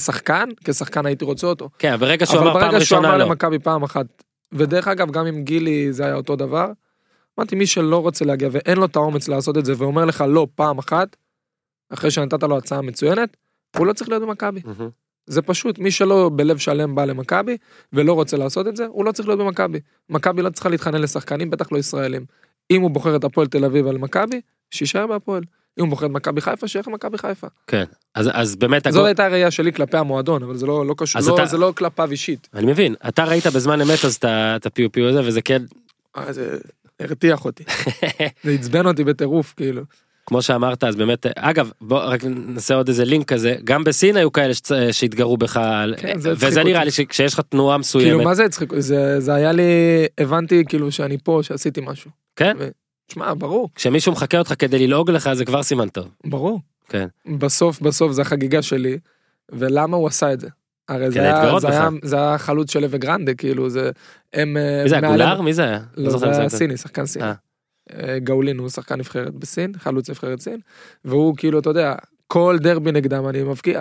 כשחקן הייתי רוצה אותו. כן, ברגע שהוא אמר פעם ראשונה לא. אבל ברגע שהוא אמר למכבי פעם אחת, ודרך אגב גם עם גילי זה היה אותו דבר, אמרתי מי שלא רוצה להגיע ואין לו את האומץ לעשות את זה, ואומר לך לא פעם אחת, אחרי שנתת לו הצעה מצוינת, הוא לא צריך להיות במכבי. זה פשוט, מי שלא בלב שלם בא למכבי, ולא רוצה לעשות את זה, הוא לא צריך להיות במכבי. מכבי לא צריכה להתחנן לשחקנים, בטח לא ישראלים. אם הוא בוחר את הפועל תל אביב על מכבי, שישאר בהפועל. אם הוא בוחר את מכבי חיפה, שייך מכבי חיפה. כן, אז באמת... זו הייתה הראייה שלי כלפי המועדון, אבל זה לא קשור, זה לא כלפיו אישית. אני מבין, אתה ראית בזמן אמת אז את הפיו פיו הזה, וזה כן... זה הרתיח אותי. זה עצבן אותי בטירוף, כאילו. כמו שאמרת, אז באמת, אגב, בוא רק נעשה עוד איזה לינק כזה, גם בסין היו כאלה שהתגרו בך, וזה נראה לי שכשיש לך תנועה מסוימת. כאילו, מה זה הצחיק? זה היה לי, הבנתי כאילו שאני פה, שעשיתי משהו. כן? תשמע, ברור. כשמישהו מחכה אותך כדי ללעוג לך, זה כבר סימן טוב. ברור. כן. בסוף זה החגיגה שלי, ולמה הוא עשה את זה? הרי זה היה חלוץ של לוי גרנדה, כאילו, זה... מי זה, הגולר? מי זה היה? לא, זה היה סיני, שחקן סיני. גאולין הוא שחקן נבחרת בסין, חלוץ נבחרת סין, והוא כאילו, אתה יודע, כל דרבי נגדם אני מבקיע,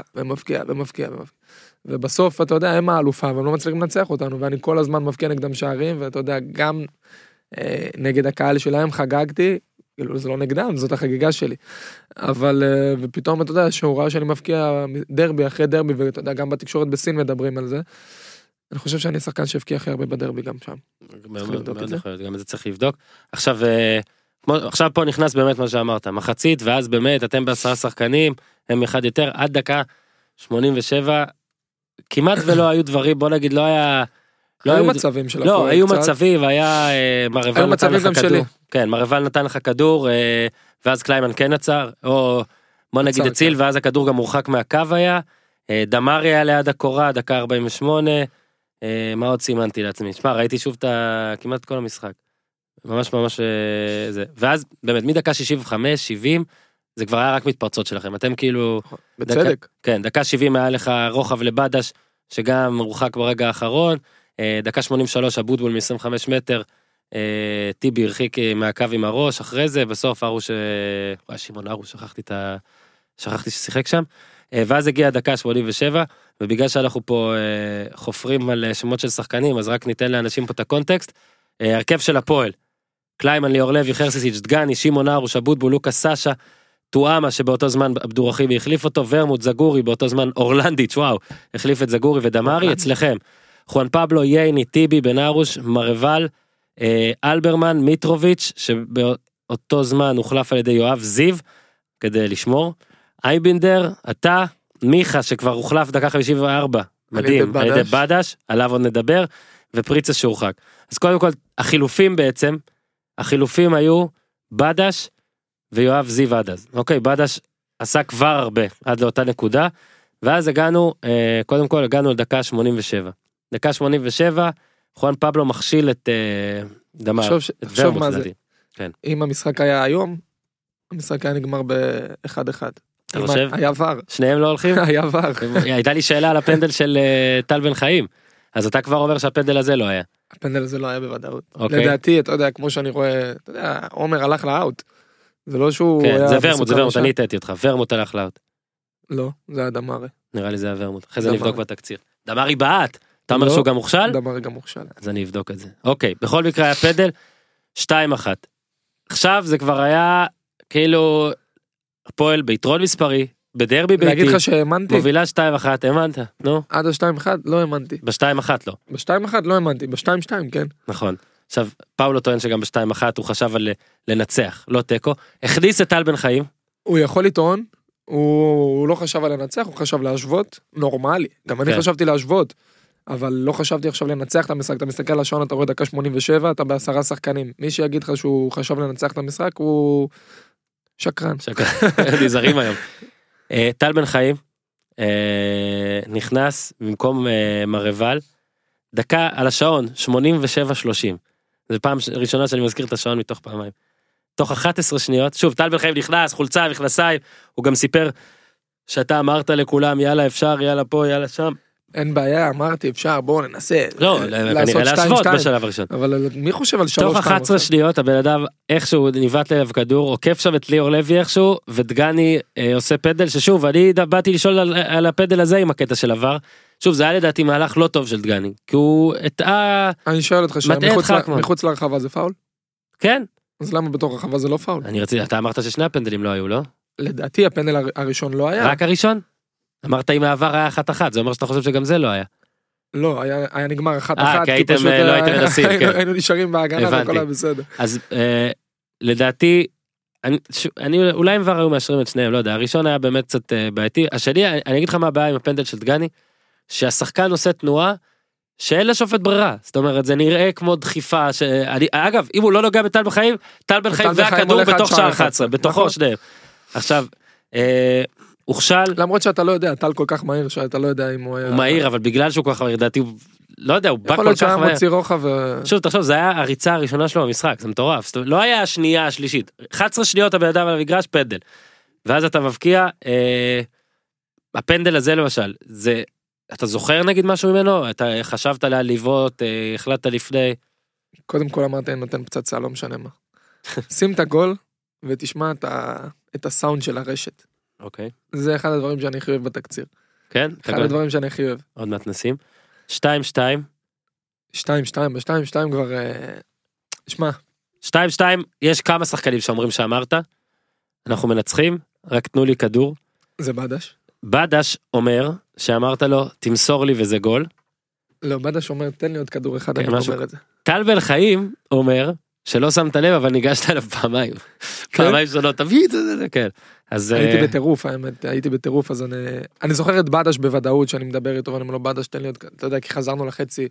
ובסוף, אתה יודע, הם האלופה, והם לא מצליחים לנצח אותנו, ואני כל הזמן מבקיע נגדם שערים, ואתה יודע, גם נגד הקהל שלהם חגגתי, כאילו זה לא נגדם, זאת החגיגה שלי, אבל, ופתאום אתה יודע, שהוא ראה שאני מבקיע דרבי אחרי דרבי, ואתה יודע, גם בתקשורת בסין מדברים על זה, אני חושב שאני שחקן שהבקיע הכי הרבה בדרבי גם שם. גם את זה צריך לבדוק. עכשיו פה נכנס באמת מה שאמרת, מחצית, ואז באמת אתם ב10 שחקנים, הם אחד יותר, עד דקה 87, כמעט ולא היו דברים, בוא נגיד, לא היה... היו מצבים של הפועל. לא, היו מצבים, היה מרבל נתן לך כדור. כן, מרבל נתן לך כדור, ואז קליימן כן עצר, או בוא נגיד הציל, ואז הכדור גם מורחק מהקו היה, דמרי היה ליד הקורה, דקה 48, מה עוד סימנתי לעצמי? שמע, ראיתי שוב כמעט כל המשחק. ממש ממש זה. ואז באמת מדקה 65, 70, זה כבר היה רק מתפרצות שלכם. אתם כאילו... בצדק. כן, דקה 70 היה לך רוחב לבדש, שגם מורחק ברגע האחרון. דקה 83, אבוטבול מ-25 מטר, טיבי הרחיק מהקו עם הראש, אחרי זה, בסוף ארוש, שמעון ארוש, שכחתי ששיחק שם. ואז הגיעה דקה 87, ובגלל שאנחנו פה חופרים על שמות של שחקנים, אז רק ניתן לאנשים פה את הקונטקסט. הרכב של הפועל, קליימן, ליאור לוי, חרסיסיץ', דגני, שמעון ארוש, אבוטבול, לוקאס סאשה, טועמה שבאותו זמן עבדו רכיבי החליף אותו, ורמוט, זגורי, באותו זמן אורלנדיץ', וואו, החליף את זגורי ודמרי, אצלכם, חואן פבלו, ייני, טיבי, בן ארוש, מרבל, אלברמן, מיטרוביץ', שבאותו זמן הוחלף על ידי יואב זיו, כדי לשמור, אייבינדר, אתה, מיכה, שכבר הוחלף דקה 54, מדהים, על ידי בדש, עליו עוד נדבר, ופריצה שהורחק. אז קודם כל, החילופים בעצם, החילופים היו בדש ויואב זיו עד אז. אוקיי, בדש עשה כבר הרבה עד לאותה נקודה, ואז הגענו, קודם כל הגענו לדקה 87. דקה 87, חואן פבלו מכשיל את דמר. תחשוב מה זה. כן. אם המשחק היה היום, המשחק היה נגמר ב-1-1. אתה חושב? היה ור. שניהם לא הולכים? היה ור. הייתה לי שאלה על הפנדל של טל בן חיים, אז אתה כבר אומר שהפנדל הזה לא היה. הפנדל הזה לא היה בוודאות. לדעתי, אתה יודע, כמו שאני רואה, אתה יודע, עומר הלך לאוט. זה לא שהוא... כן, זה ורמוט, אני התאתי אותך, ורמוט הלך לאוט. לא, זה היה דמרי. נראה לי זה היה ורמוט, אחרי זה נבדוק בתקציר. דמרי בעט, אתה אומר שהוא גם מוכשל? דמרי גם מוכשל. אז אני אבדוק את זה. אוקיי, בכל מקרה היה פנדל, 2-1. עכשיו זה כבר היה, כאילו, הפועל ביתרון מספרי, בדרבי ביתי. להגיד לך שהאמנתי? מובילה 2-1, האמנת, נו? עד ה-2-1 לא האמנתי. ב-2-1 לא. ב-2-1 לא האמנתי, ב-2-2 כן. נכון. עכשיו, פאולו טוען שגם ב-2-1 הוא חשב על לנצח, לא טקו. הכניס את טל בן חיים. הוא יכול לטעון, הוא לא חשב על לנצח, הוא חשב להשוות, נורמלי. גם אני חשבתי להשוות, אבל לא חשבתי עכשיו לנצח את המשחק. אתה מסתכל על השעון, אתה רואה דקה 87, אתה ב10 שחקנים. מי שיגיד לך שהוא חשב לנצח את המשחק, הוא שקרן. נזהרים היום. טל בן חיים נכנס במקום מרבל, דקה על השעון, 87-30. זו פעם ראשונה שאני מזכיר את השעון מתוך פעמיים. תוך 11 שניות, שוב, טל בן חיים נכנס, חולצה, מכנסיים, הוא גם סיפר שאתה אמרת לכולם, יאללה אפשר, יאללה פה, יאללה שם. אין בעיה, אמרתי אפשר, בואו ננסה. לא, כנראה להשוות בשלב הראשון. אבל מי חושב על 3-2? תוך 11 שניות, הבן אדם איכשהו ניווט אליו כדור, עוקף שם את ליאור לוי איכשהו, ודגני עושה פדל, ששוב, אני באתי לשאול על הפדל הזה עם הקטע של עבר. שוב, זה היה לדעתי מהלך לא טוב של דגני, כי הוא אני שואל אותך מחוץ לרחבה זה פאול? כן. אז למה בתוך הרחבה זה לא פאול? אתה אמרת ששני הפנדלים לא היו, לא? לדעתי הפנדל הראשון לא היה. רק הראשון? אמרת אם העבר היה 1-1, זה אומר שאתה חושב שגם זה לא היה. לא, היה נגמר 1-1, כי פשוט לא הייתם מנסים, היינו נשארים בהגנה וכל היה בסדר. אז לדעתי, אני אולי אם כבר היו מאשרים את שניהם, לא יודע, הראשון היה באמת קצת בעייתי, השני, אני אגיד לך מה הבעיה עם הפנדל של דגני, שהשחקן עושה תנועה, שאין לשופט ברירה, זאת אומרת, זה נראה כמו דחיפה, אגב, אם הוא לא נוגע בטל בחיים, טל בן חיים והכדור בתוך שער 11, בתוכו שניהם. עכשיו, הוכשל. למרות שאתה לא יודע, טל כל כך מהיר, שאתה לא יודע אם הוא היה... הוא מהיר, אבל בגלל שהוא כל כך מהיר, דעתי, לא יודע, הוא בא כל כך מהיר. יכול להיות שהיה מוציא רוחב שוב, תחשוב, זה היה הריצה הראשונה שלו במשחק, זה מטורף, לא היה השנייה השלישית, 11 שניות הבן אדם על המגרש, פנדל. ואז אתה מבקיע, הפנדל הזה למשל, זה, אתה זוכר נגיד משהו ממנו? אתה חשבת להליבות, החלטת לפני? קודם כל אמרתי, אני נותן פצצה, לא משנה מה. שים את הגול, ותשמע את הסאונד של הרשת. אוקיי. זה אחד הדברים שאני הכי אוהב בתקציר. כן? אחד הדברים שאני הכי אוהב. עוד מעט נשים. 2-2. 2-2, ב-2-2 כבר... שמע. 2-2, יש כמה שחקנים שאומרים שאמרת, אנחנו מנצחים, רק תנו לי כדור. זה בדש. בדש אומר שאמרת לו, תמסור לי וזה גול. לא, בדש אומר, תן לי עוד כדור אחד, אני אומר את זה. טל בן חיים אומר, שלא שמת לב, אבל ניגשת אליו פעמיים. פעמיים שונות, תביא את זה, כן. הייתי בטירוף, האמת, הייתי בטירוף, אז אני זוכר את בדש בוודאות, שאני מדבר איתו, ואני אומר לו, בדש, תן לי עוד, אתה יודע, כי חזרנו לחצי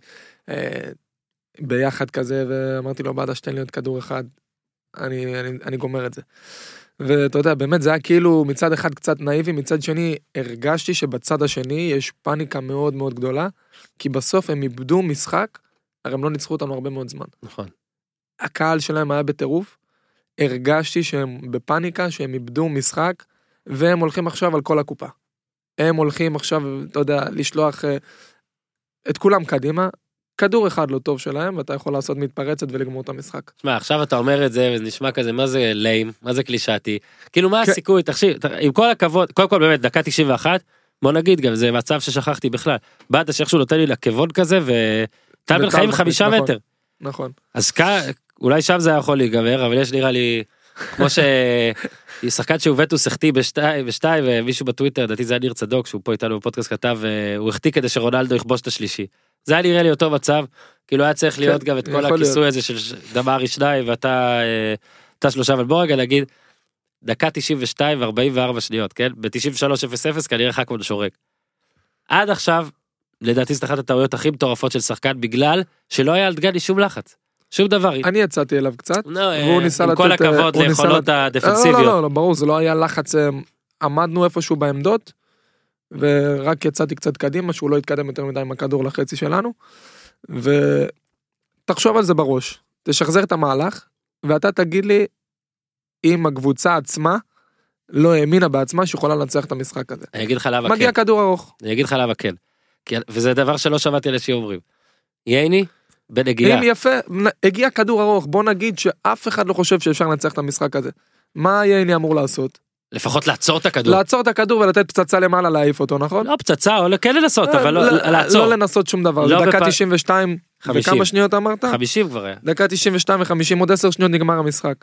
ביחד כזה, ואמרתי לו, בדש, תן לי עוד כדור אחד, אני גומר את זה. ואתה יודע, באמת זה היה כאילו מצד אחד קצת נאיבי, מצד שני הרגשתי שבצד השני יש פאניקה מאוד מאוד גדולה, כי בסוף הם איבדו משחק, הרי הם לא ניצחו אותנו הרבה מאוד זמן. נכון. הקהל שלהם היה בטירוף, הרגשתי שהם בפאניקה, שהם איבדו משחק, והם הולכים עכשיו על כל הקופה. הם הולכים עכשיו, אתה יודע, לשלוח את כולם קדימה, כדור אחד לא טוב שלהם, ואתה יכול לעשות מתפרצת ולגמור את המשחק. תשמע, עכשיו אתה אומר את זה, וזה נשמע כזה, מה זה ליים, מה זה קלישאתי, כאילו מה הסיכוי, תחשיב, עם כל הכבוד, קודם כל באמת, דקה 91, בוא נגיד גם, זה מצב ששכחתי בכלל, בעד שאיכשהו נותן לי לכבוד כזה, וטל בן חיים 5 מטר. נכון. אז אולי שם זה יכול להיגמר, אבל יש נראה לי, כמו ששחקן שהובטו שחתי בשתיים, ומישהו בטוויטר, דעתי זה היה ניר צדוק, שהוא פה איתנו בפודקאסט כתב, הוא החטיא כדי שרונלדו יכבוש את השלישי. זה היה נראה לי אותו מצב, כאילו היה צריך להיות גם את כל הכיסוי הזה של דמרי שניים, ואתה 3, אבל בוא רגע נגיד, דקה 92 ו44 שניות, כן? ב-93-0-0 כנראה חכמון שורק. עד עכשיו, לדעתי זאת אחת הטעויות הכי מטורפות של שחקן, בגלל שלא היה על דגני שום לחץ. שום דבר. אני יצאתי אליו קצת, והוא ניסה לתת... עם כל הכבוד ליכולות הדפנסיביות. לא, ברור, זה לא היה לחץ, עמדנו איפשהו בעמדות, ורק יצאתי קצת קדימה, שהוא לא יתקדם יותר מדי עם הכדור לחצי שלנו, ותחשוב על זה בראש, תשחזר את המהלך, ואתה תגיד לי, אם הקבוצה עצמה, לא האמינה בעצמה, שיכולה לנצח את המשחק הזה. אני אגיד לך למה כן. מגיע כדור ארוך. אני אגיד לך למה כן. וזה דבר שלא שמעתי אנשים אומרים. ייני, בנגיעה. אם יפה, הגיע כדור ארוך, בוא נגיד שאף אחד לא חושב שאפשר לנצח את המשחק הזה. מה ייני אמור לעשות? לפחות לעצור את הכדור. לעצור את הכדור ולתת פצצה למעלה להעיף אותו, נכון? לא פצצה, או כן לנסות, אבל לא לעצור. לא לנסות שום דבר. דקה 92, וכמה שניות אמרת? 50 כבר היה. דקה 92 ו50, עוד 10 שניות נגמר המשחק.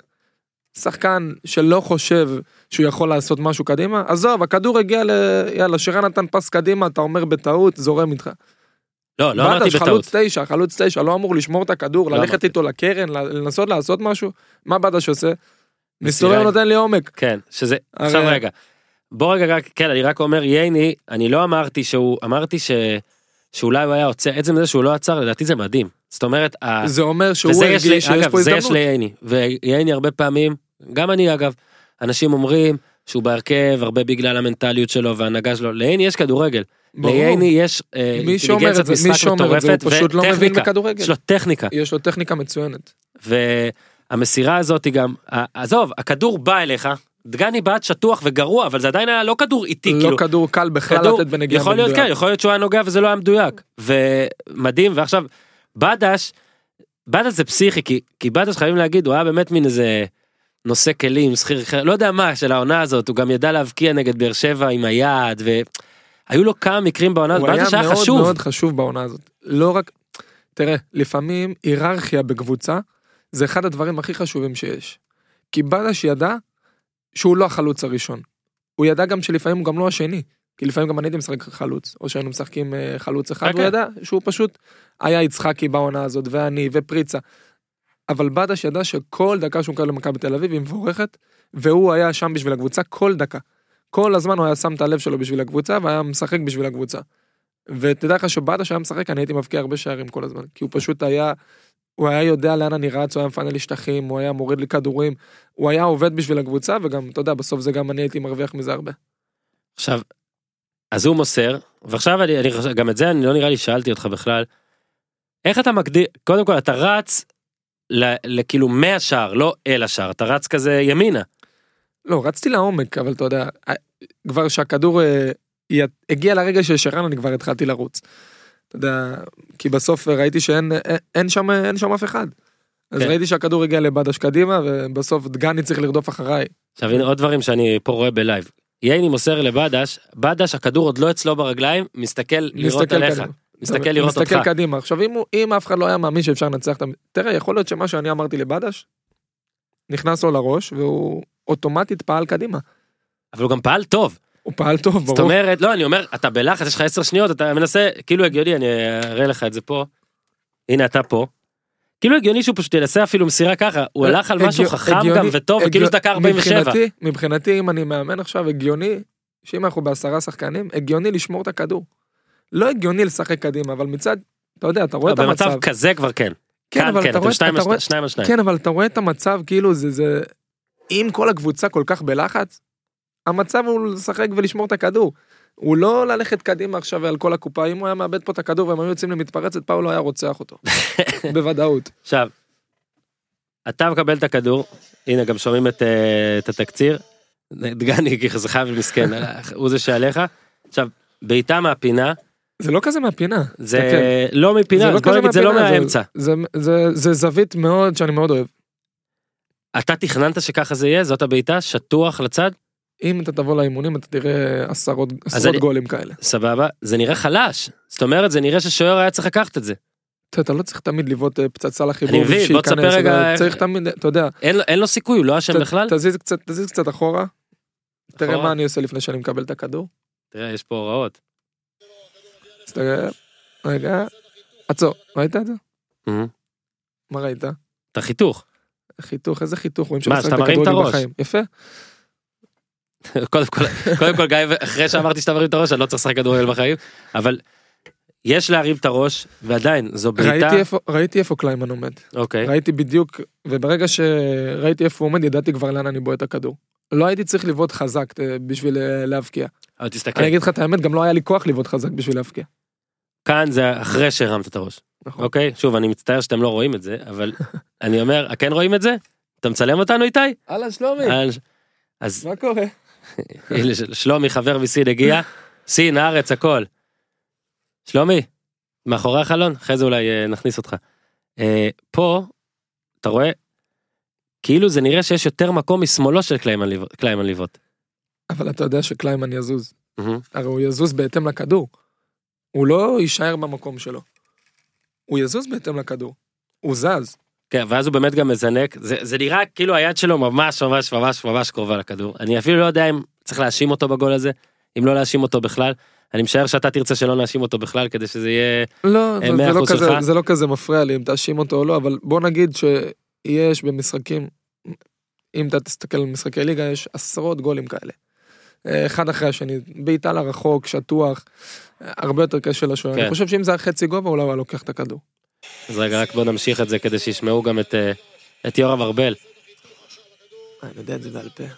שחקן שלא חושב שהוא יכול לעשות משהו קדימה, עזוב, הכדור הגיע יאללה, שרן נתן פס קדימה, אתה אומר בטעות, זורם איתך. לא אמרתי בטעות. חלוץ 9, לא אמור לשמור את הכדור, ללכת איתו לקרן, לנסות לעשות משהו, מה בדש עושה? מסתובב נותן לי עומק. כן, שזה, עכשיו רגע, בוא רגע, כן, אני רק אומר, ייני, אני לא אמרתי אמרתי שאולי הוא היה עוצר, עצם זה שהוא לא עצר, לדעתי זה מדהים. זאת אומרת, זה אומר שהוא הרגיש שיש פה הזדמנות. זה יש לייני, וייני הרבה פעמים, גם אני אגב, אנשים אומרים שהוא בהרכב, הרבה בגלל המנטליות שלו וההנהגה שלו, לייני יש כדורגל. לייני יש אינטליגנציית משחק מטורפת, פשוט לא מבין בכדורגל. יש לו טכניקה. יש לו טכניקה מצוינת. והמסירה הזאת היא גם, עזוב, הכדור בא אליך, דגני בעט שטוח וגרוע, אבל זה עדיין היה לא כדור איטי, לא כדור קל בכלל לתת בנגיעה מדויק. כן, יכול להיות שהוא היה נוגע וזה לא היה מדויק. ומדהים, ועכשיו, בדש זה פסיכי, כי בדש חייבים להגיד, הוא היה באמת מין איזה נושא כלים, שכיר, לא יודע מה, של העונה הזאת, הוא גם ידע להבקיע נגד באר שבע עם היד, והיו לו כמה מקרים בעונה הזאת, בדש היה חשוב. הוא היה מאוד חשוב בעונה הזאת. לא רק, תראה, לפעמים היררכיה בקבוצה, זה אחד הדברים הכי חשובים שיש. כי בדש ידע שהוא לא החלוץ הראשון. הוא ידע גם שלפעמים הוא גם לא השני. כי לפעמים גם אני הייתי משחק חלוץ, או שהיינו משחקים חלוץ אחד, הוא ידע שהוא פשוט היה יצחקי בעונה הזאת, ואני ופריצה. אבל בדש ידע שכל דקה שהוא מקבל למכבי בתל אביב, היא מבורכת, והוא היה שם בשביל הקבוצה כל דקה. כל הזמן הוא היה שם את הלב שלו בשביל הקבוצה, והיה משחק בשביל הקבוצה. ותדע לך שבדש היה משחק, אני הייתי מבקיע הרבה שערים כל הזמן, כי הוא פשוט היה, הוא היה יודע לאן אני רץ, הוא היה מפנה לי שטחים, הוא היה מוריד לי כדורים, הוא היה עובד בשביל הקבוצה, וגם, אתה יודע, בסוף זה גם אני הייתי מרוויח מזה הרבה. עכשיו, אז הוא מוסר, ועכשיו גם את זה אני לא נראה לי שאלתי אותך בכלל, איך אתה מגדיר, קודם כל אתה רץ לכאילו מהשער, לא אל השער, אתה רץ כזה ימינה. לא, רצתי לעומק, אבל אתה יודע, כבר שהכדור הגיע לרגע של שרן, אני כבר התחלתי לרוץ. אתה יודע, כי בסוף ראיתי שאין שם אף אחד. אז ראיתי שהכדור הגיע לבדש קדימה, ובסוף דגני צריך לרדוף אחריי. עכשיו הנה עוד דברים שאני פה רואה בלייב. ייני מוסר לבדש, בדש הכדור עוד לא אצלו ברגליים, מסתכל לראות עליך. מסתכל לראות אותך. מסתכל קדימה. עכשיו אם אף אחד לא היה מאמין שאפשר לנצח, תראה, יכול להיות שמה שאני אמרתי לבדש, נכנס לו לראש, והוא אוטומטית פעל קדימה. אבל הוא גם פעל טוב. הוא פעל טוב, ברור. זאת אומרת, לא, אני אומר, אתה בלחץ, יש לך 10 שניות, אתה מנסה, כאילו הגיוני, אני אראה לך את זה פה. הנה, אתה פה. כאילו הגיוני שהוא פשוט ינסה אפילו מסירה ככה, הוא הלך על משהו חכם גם וטוב, כאילו זה דקה 47. מבחינתי, אם אני מאמן עכשיו, הגיוני, שאם אנחנו ב10 שחקנים, הגיוני לשמור את הכדור. לא הגיוני לשחק קדימה, אבל מצד, אתה יודע, אתה רואה את המצב. במצב כזה כבר כן. כן, אבל אתה רואה, כן, אבל אתה רואה את המצב, כאילו זה, אם כל הקבוצה כל כך בלחץ, המצב הוא לשחק ולשמור את הכדור. הוא לא ללכת קדימה עכשיו על כל הקופה, אם הוא היה מאבד פה את הכדור והם היו יוצאים למתפרצת, פאולו היה רוצח אותו. בוודאות. עכשיו, אתה מקבל את הכדור, הנה גם שומעים את התקציר, דגני, כי זה חייב מסכן, הוא זה שעליך, עכשיו, בעיטה מהפינה, זה לא כזה מהפינה. זה לא מפינה, בוא נגיד, זה לא מהאמצע. זה זווית מאוד, שאני מאוד אוהב. אתה תכננת שככה זה יהיה, זאת הבעיטה, שטוח לצד? אם אתה תבוא לאימונים, אתה תראה עשרות גולים כאלה. סבבה, זה נראה חלש, זאת אומרת, זה נראה ששוער היה צריך לקחת את זה. אתה לא צריך תמיד לבעוט פצצה לחיבור. אני מבין, בוא תספר רגע. צריך תמיד, אתה יודע. אין לו סיכוי, הוא לא אשם בכלל? תזיז קצת אחורה. תראה מה אני עושה לפני שאני מקבל את הכדור. תראה, יש פה הוראות. רגע, עצור, ראית את זה? מה ראית? את החיתוך. חיתוך, איזה חיתוך? מה, שאתה מרים את הראש? יפה. קודם כל, גיא, אחרי שאמרתי שאתה מרים את הראש, אני לא צריך לשחק כדורגל בחיים, אבל יש להרים את הראש, ועדיין, זו בעיטה. ראיתי איפה קליימן עומד. אוקיי. ראיתי בדיוק, וברגע שראיתי איפה הוא עומד, ידעתי כבר לאן אני בועט את הכדור. לא הייתי צריך לבעוט חזק בשביל להבקיע. אבל תסתכל. אני אגיד לך את האמת, גם לא היה לי כוח לבעוט חזק בשביל להבקיע. כאן זה אחרי שהרמת את הראש. אוקיי? שוב, אני מצטער שאתם לא רואים את זה, אבל אני אומר, כן רואים את זה? אתה מצלם אותנו איתי? הלאה, שלומי. אז מה קורה? שלומי, חבר מסין, הגיע. סין, הארץ, הכל. שלומי, מאחורי החלון, אחרי זה אולי נכניס אותך. פה, אתה רואה, כאילו זה נראה שיש יותר מקום משמאלו של קליימן ליבוט. אבל אתה יודע שקליימן יזוז. הרי הוא יזוז בהתאם לכדור. הוא לא יישאר במקום שלו. הוא יזוז בהתאם לכדור. הוא זז. כן, ואז הוא באמת גם מזנק. זה נראה כאילו היד שלו ממש ממש ממש ממש קרובה לכדור. אני אפילו לא יודע אם צריך להאשים אותו בגול הזה, אם לא להאשים אותו בכלל. אני משער שאתה תרצה שלא נאשים אותו בכלל, כדי שזה יהיה 100% שלך. זה לא כזה מפריע לי אם תאשים אותו או לא, אבל בוא נגיד שיש במשחקים, אם אתה תסתכל על משחקי ליגה, יש עשרות גולים כאלה. אחד אחרי השני, בעיטה לרחוק, שטוח, הרבה יותר קשה לשוער. אני חושב שאם זה חצי גובה, אולי הוא לוקח את הכדור. אז רגע, רק בוא נמשיך את זה, כדי שישמעו גם את יורם ארבל. אני יודע את זה בעל פה.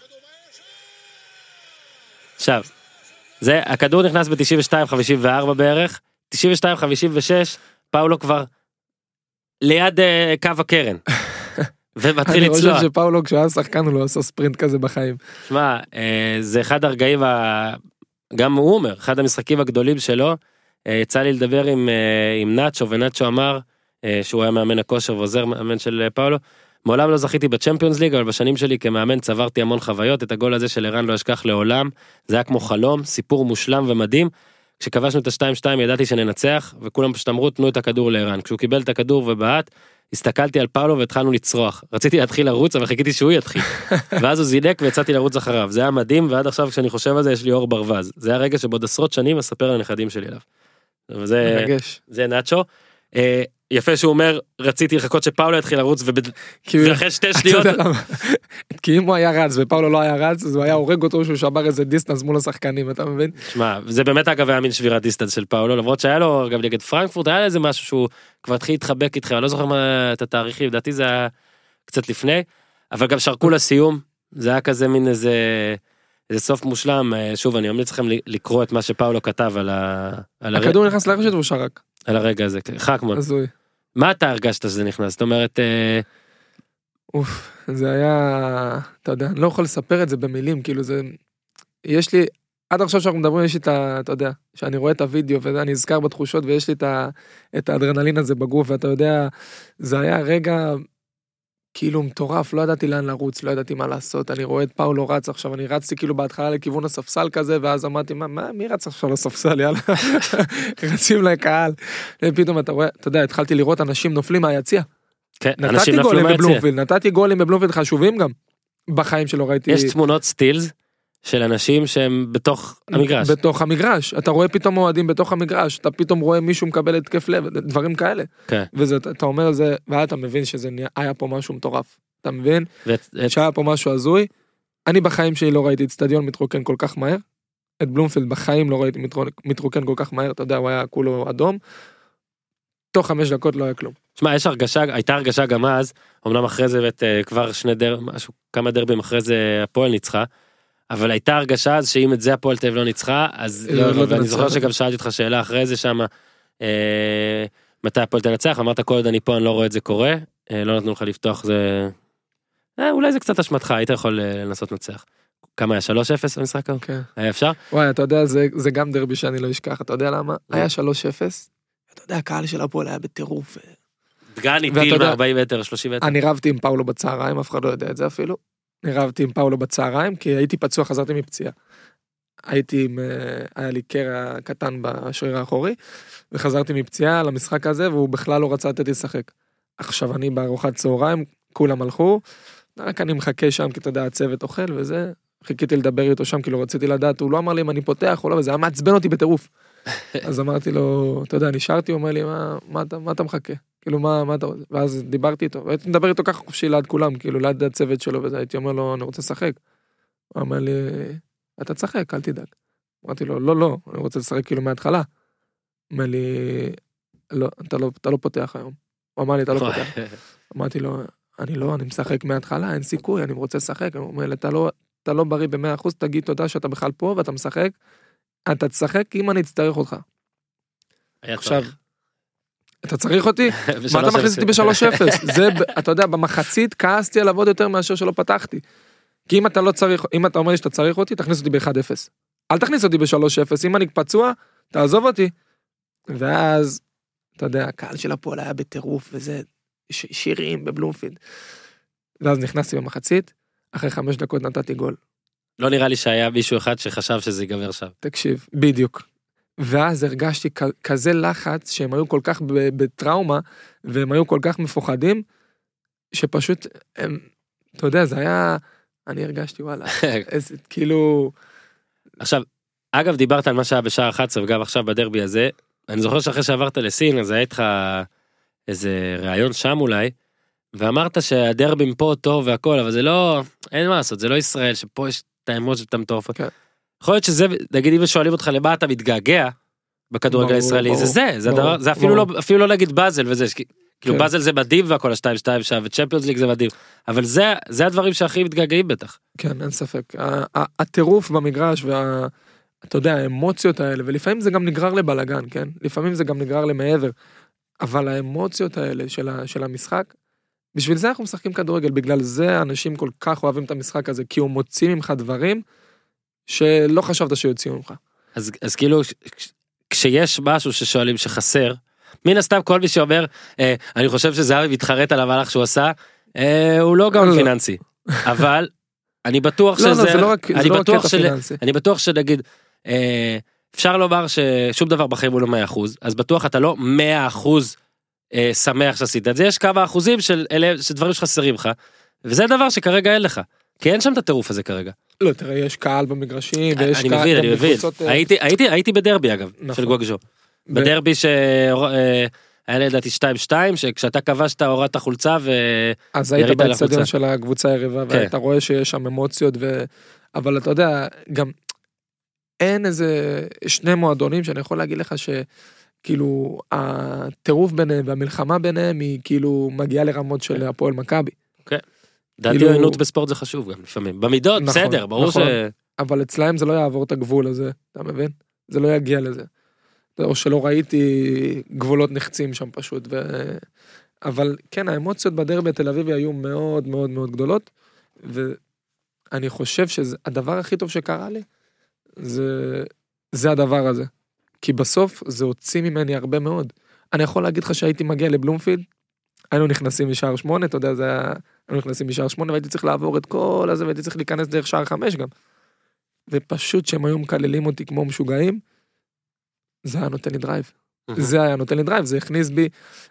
עכשיו, הכדור נכנס ב-92-54 בערך, 92-56, פאולו כבר ליד קו הקרן, ומתחיל לצלוע. אני חושב שפאולו כשהיה שחקן הוא לא עשה ספרינט כזה בחיים. שמע, זה אחד הרגעים, גם הוא אומר, אחד המשחקים הגדולים שלו, יצא לי לדבר עם נאצ'ו, ונאצ'ו אמר שהוא היה מאמן הכושר ועוזר מאמן של פאולו, מעולם לא זכיתי בצ'מפיונס ליג, אבל בשנים שלי כמאמן צברתי המון חוויות, את הגול הזה של ערן לא אשכח לעולם, זה היה כמו חלום, סיפור מושלם ומדהים, כשכבשנו את ה-2-2 ידעתי שננצח, וכולם פשוט אמרו תנו את הכדור לערן, כשהוא קיבל את הכדור ובעט, הסתכלתי על פאולו והתחלנו לצרוח, רציתי להתחיל לרוץ אבל חיכיתי שהוא יתחיל, ואז הוא זינק ויצאתי לרוץ אחריו, זה היה מדהים, ועד עכשיו כשאני חושב על זה יש לי אור ברווז, זה היה רגע שבעוד עשרות שנים אספר לנכדים שלי עליו, זה נאצ'ו, יפה שהוא אומר, רציתי לחכות שפאולו יתחיל לרוץ, ואחרי 2 שניות... כי אם הוא היה רץ, ופאולו לא היה רץ, אז הוא היה הורג אותו שהוא שבר איזה דיסטנס מול השחקנים, אתה מבין? שמע, זה באמת אגב היה מין שבירת דיסטנס של פאולו, למרות שהיה לו, גם נגד פרנקפורט, היה איזה משהו שהוא כבר התחיל להתחבק איתכם, אני לא זוכר את התאריכים, לדעתי זה היה קצת לפני, אבל גם שרקו לסיום, זה היה כזה מין איזה סוף מושלם, שוב, אני ממליץ לכם לקרוא את מה שפאולו כתב על הכדור נכנס לרשת והוא שרק. על הרגע הזה, חכמון. מה אתה הרגשת שזה נכנס? זאת אומרת... זה היה... אתה יודע, אני לא יכול לספר את זה במילים, כאילו זה... יש לי... עד עכשיו שאנחנו מדברים, יש לי את ה... אתה יודע, שאני רואה את הוידאו, ואני נזכר בתחושות, ויש לי את האדרנלין הזה בגוף, ואתה יודע, זה היה רגע... כאילו מטורף, לא ידעתי לאן לרוץ, לא ידעתי מה לעשות, אני רואה את פאולו רץ עכשיו, אני רצתי כאילו בהתחלה לכיוון הספסל כזה, ואז אמרתי, מי רץ עכשיו לספסל, יאללה, רצים לקהל, ופתאום אתה רואה, אתה יודע, התחלתי לראות אנשים נופלים מהיציע, נתתי גולים בבלומפילד, נתתי גולים בבלומפילד חשובים גם, בחיים שלא ראיתי. יש תמונות סטילס, של אנשים שהם בתוך המגרש. בתוך המגרש, אתה רואה פתאום מועדים בתוך המגרש, אתה פתאום רואה מישהו מקבל התקף לב, דברים כאלה. כן. וזה, אתה אומר על זה, ואתה מבין שזה היה פה משהו מטורף. אתה מבין? שהיה פה משהו הזוי. אני בחיים שלי לא ראיתי את סטדיון מתרוקן כל כך מהר. את בלומפילד בחיים לא ראיתי מתרוקן כל כך מהר, אתה יודע, הוא היה כולו אדום. תוך 5 דקות לא היה כלום. תשמע, הייתה הרגשה גם אז, אמנם אחרי זה כבר כמה דרבים אחרי זה הפועל ניצחה, אבל הייתה הרגשה אז שאם את זה הפועל תל אביב לא ניצחה, אז לא, ואני זוכר שגם שאלתי אותך שאלה אחרי זה שם, מתי הפועל תנצח, אמרת כל עוד אני פה אני לא רואה את זה קורה, לא נתנו לך לפתוח, זה... אולי זה קצת אשמתך, היית יכול לנסות לנצח. כמה היה? 3-0 במשחק? כן. היה אפשר? וואי, אתה יודע, זה גם דרבי שאני לא אשכח, אתה יודע למה? היה 3-0, אתה יודע, הקהל של הפועל היה בטירוף. דגני טיל ב-40 מטר, 30 מטר. אני רבתי עם פאולו בצהריים, אף אחד לא יודע את זה אפילו. אני רבתי עם פאולו בצהריים, כי הייתי פצוע, חזרתי מפציעה. היה לי קרע קטן בשריר האחורי, וחזרתי מפציעה למשחק הזה, והוא בכלל לא רצה לתת לשחק. עכשיו אני בארוחת צהריים, כולם הלכו, רק אני מחכה שם, כי אתה יודע, הצוות אוכל וזה, חיכיתי לדבר איתו שם, כי לא רציתי לדעת, הוא לא אמר לי אם אני פותח או לא, וזה היה מעצבן אותי בטירוף. אז אמרתי לו, אתה יודע, נשארתי, הוא אומר לי, מה אתה מחכה? כאילו, מה אתה רוצה? ואז דיברתי איתו, והייתי מדבר איתו ככה חופשי ליד כולם, כאילו, ליד הצוות שלו, וזה, הייתי אומר לו, אני רוצה לשחק. הוא אמר לי, אתה תשחק, אל תדאג. אמרתי לו, לא, אני רוצה לשחק כאילו מההתחלה. אמר לי, לא, אתה לא פותח היום. הוא אמר לי, אתה לא פותח. אמרתי לו, אני משחק מההתחלה, אין סיכוי, אני רוצה לשחק. הוא אומר לי, אתה לא בריא ב100%, תגיד תודה שאתה בכלל פה ואתה משחק, אתה תשחק אם אני אצטרך אותך. עכשיו, אתה צריך אותי? מה אתה מכניס אותי ב3-0? זה, אתה יודע, במחצית כעסתי עליו עוד יותר מאשר שלא פתחתי. כי אם אתה לא צריך, אם אתה אומר לי שאתה צריך אותי, תכניס אותי ב1-0. אל תכניס אותי ב3-0, אם אני פצוע, תעזוב אותי. ואז, אתה יודע, הקהל של הפועל היה בטירוף, וזה שירים בבלומפילד. ואז נכנסתי במחצית, אחרי 5 דקות נתתי גול. לא נראה לי שהיה מישהו אחד שחשב שזה ייגמר שם. תקשיב, בדיוק. ואז הרגשתי כזה לחץ, שהם היו כל כך בטראומה, והם היו כל כך מפוחדים, שפשוט, אתה יודע, זה היה, אני הרגשתי, וואלה, איזה, כאילו... עכשיו, אגב, דיברת על מה שהיה בשעה 11, וגם עכשיו בדרבי הזה, אני זוכר שאחרי שעברת לסין, אז היה איתך איזה רעיון שם אולי, ואמרת שהדרבים פה טוב והכל, אבל זה לא, אין מה לעשות, זה לא ישראל, שפה יש את האמוציות את המטורפות. כן. יכול להיות שזה, נגיד אם שואלים אותך למה אתה מתגעגע בכדורגל הישראלי, זה אפילו לא להגיד באזל וזה, כאילו באזל זה מדהים והכל ה-2-2 שם, וצ'מפיונס ליג זה מדהים, אבל זה הדברים שהכי מתגעגעים בטח. כן, אין ספק. הטירוף במגרש אתה יודע, האמוציות האלה, ולפעמים זה גם נגרר לבלגן, כן? לפעמים זה גם נגרר למעבר, אבל האמוציות האלה של המשחק, בשביל זה אנחנו משחקים כדורגל, בגלל זה אנשים כל כך אוהבים את המשחק הזה, כי הוא מוציא ממך דברים שלא חשבת שיוציאו ממך. אז כאילו, כשיש משהו ששואלים שחסר, מן הסתם כל מי שאומר, אני חושב שזהבי מתחרט על המהלך שהוא עשה, הוא לא גם פיננסי, אבל אני בטוח שזה, אני בטוח שנגיד, אפשר לומר ששום דבר בחיים הוא לא 100%, אז בטוח אתה לא 100% שמח שעשית את זה, יש כמה אחוזים של דברים שחסרים לך, וזה דבר שכרגע אין לך, כי אין שם את הטירוף הזה כרגע. לא, תראה, יש קהל במגרשים, ויש קהל... אני מבין, הייתי בדרבי אגב, של גואגז'ו. בדרבי היה לדעתי 2-2, שכשאתה כבשת הורדת החולצה אז היית באצטדיון של הקבוצה היריבה, ואתה רואה שיש שם אמוציות, אבל אתה יודע, גם אין איזה שני מועדונים שאני יכול להגיד לך שכאילו הטירוף ביניהם והמלחמה ביניהם היא כאילו מגיעה לרמות של הפועל מכבי. אוקיי. דעתי עוינות בספורט זה חשוב גם לפעמים. במידות, בסדר, ברור ש... אבל אצלהם זה לא יעבור את הגבול הזה, אתה מבין? זה לא יגיע לזה. או שלא ראיתי גבולות נחצים שם פשוט. אבל כן, האמוציות בדרבי התל אביבי היו מאוד מאוד מאוד גדולות, ואני חושב שהדבר הכי טוב שקרה לי, זה הדבר הזה. כי בסוף זה הוציא ממני הרבה מאוד. אני יכול להגיד לך שהייתי מגיע לבלומפילד, היינו נכנסים משער 8, אתה יודע, היינו נכנסים משער 8, והייתי צריך לעבור את כל הזה, והייתי צריך להיכנס דרך שער 5 גם. ופשוט שהם היו מקללים אותי כמו משוגעים, זה היה נותן לי דרייב. זה היה נותן לי דרייב, זה הכניס בי,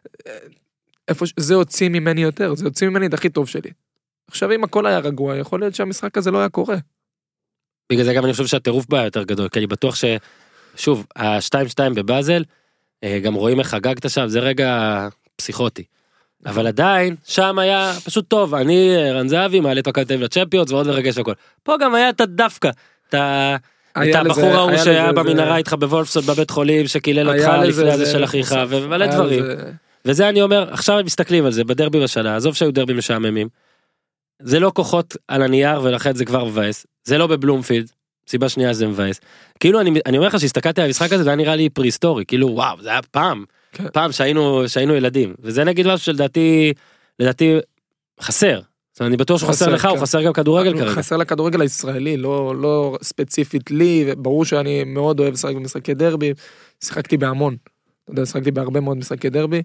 זה הוציא ממני יותר, זה הוציא ממני את הכי טוב שלי. עכשיו אם הכל היה רגוע, יכול להיות שהמשחק הזה לא היה קורה. בגלל זה גם אני חושב שהטירוף בה יותר גדול, כי אני בטוח שוב, ה-2-2 בבאזל, גם רואים איך חגגת שם, זה רגע פסיכוטי. אבל עדיין, שם היה פשוט טוב, אני רן זהבי, מעלה את הכתב לצ'מפיונס, ועוד מרגש וכל. פה גם היה את הדווקא, את הבחור ההוא שהיה במנהרה איתך בוולפסון בבית חולים, שקילל אותך לפני הזה של אחיך, ומלא דברים. וזה אני אומר, עכשיו הם מסתכלים על זה, בדרבי בשנה, עזוב שהיו דרבים משעממים, זה לא כוחות על הנייר, ולכן זה כבר מבאס, זה לא בבלומפילד, סיבה שנייה זה מבאס. כאילו אני אומר לך שהסתכלתי על המשחק הזה, זה היה נראה לי פריסטורי, כאילו וואו, זה היה פעם שהיינו ילדים, וזה נגיד משהו שלדעתי לדעתי חסר. זאת אומרת, אני בטוח שהוא חסר לך, הוא חסר גם כדורגל כרגע. חסר לכדורגל הישראלי, לא ספציפית לי, ברור שאני מאוד אוהב לשחק במשחקי דרבי, שיחקתי בהמון, אתה יודע, שיחקתי בהרבה מאוד משחקי דרבי,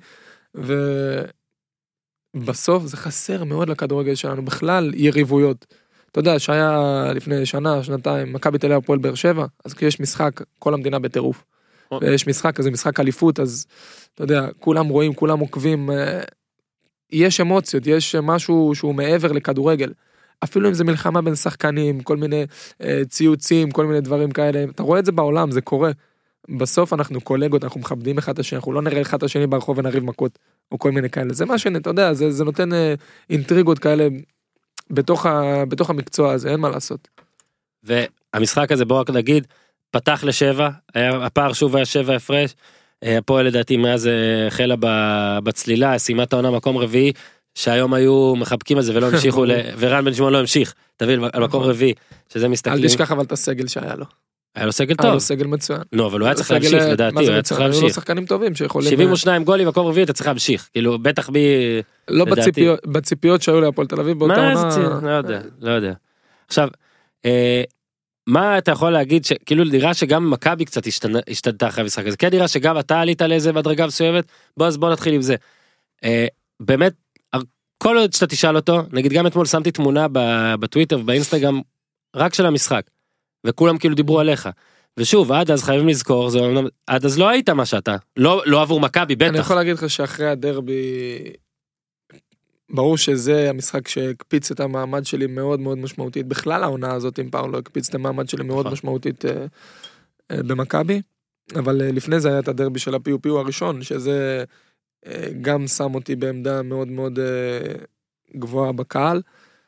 ובסוף זה חסר מאוד לכדורגל שלנו, בכלל יריבויות. אתה יודע, שהיה לפני שנה, שנתיים, מכבי תל אביב הפועל באר שבע, אז כשיש משחק, כל המדינה בטירוף. ויש משחק, אז זה משחק אליפות, אז אתה יודע, כולם רואים, כולם עוקבים, יש אמוציות, יש משהו שהוא מעבר לכדורגל. אפילו אם זה מלחמה בין שחקנים, כל מיני ציוצים, כל מיני דברים כאלה, אתה רואה את זה בעולם, זה קורה. בסוף אנחנו קולגות, אנחנו מכבדים אחד את השני, אנחנו לא נראה אחד את השני ברחוב ונריב מכות, או כל מיני כאלה. זה מה אתה יודע, זה נותן אינטריגות כאלה בתוך המקצוע הזה, אין מה לעשות. והמשחק הזה, בואו רק נגיד, פתח ל7, הפער שוב היה 7 הפרש, הפועל לדעתי מאז החלה בצלילה, סיימה את העונה מקום רביעי, שהיום היו מחבקים על זה ולא המשיכו, ורן בן שמעון לא המשיך, תבין, על מקום רביעי, שזה מסתכלים. אל תשכח אבל את הסגל שהיה לו. היה לו סגל טוב. היה לו סגל מצוין. לא, אבל הוא היה צריך להמשיך, לדעתי, הוא היה צריך להמשיך. היו לו שחקנים טובים שיכולים... 72 גולים, מקום רביעי, אתה צריך להמשיך, כאילו, בטח לא בציפיות שהיו להפועל תל אביב באותה עונה... לא יודע. עכשיו, מה אתה יכול להגיד, כאילו נראה שגם מכבי קצת השתנתה אחרי המשחק הזה, כן נראה שגם אתה עלית לאיזה מדרגה מסוימת, אז בוא נתחיל עם זה. באמת, כל עוד שאתה תשאל אותו, נגיד גם אתמול שמתי תמונה בטוויטר ובאינסטגרם, רק של המשחק, וכולם כאילו דיברו עליך, ושוב, עד אז חייבים לזכור, עד אז לא היית מה שאתה, לא עבור מכבי, בטח. אני יכול להגיד לך שאחרי הדרבי, ברור שזה המשחק שהקפיץ את המעמד שלי מאוד מאוד משמעותית, בכלל העונה הזאת אם פעם לא הקפיץ את המעמד שלי מאוד משמעותית במכבי, אבל לפני זה היה את הדרבי של הפיו הראשון, שזה גם שם אותי בעמדה מאוד מאוד גבוהה בקהל,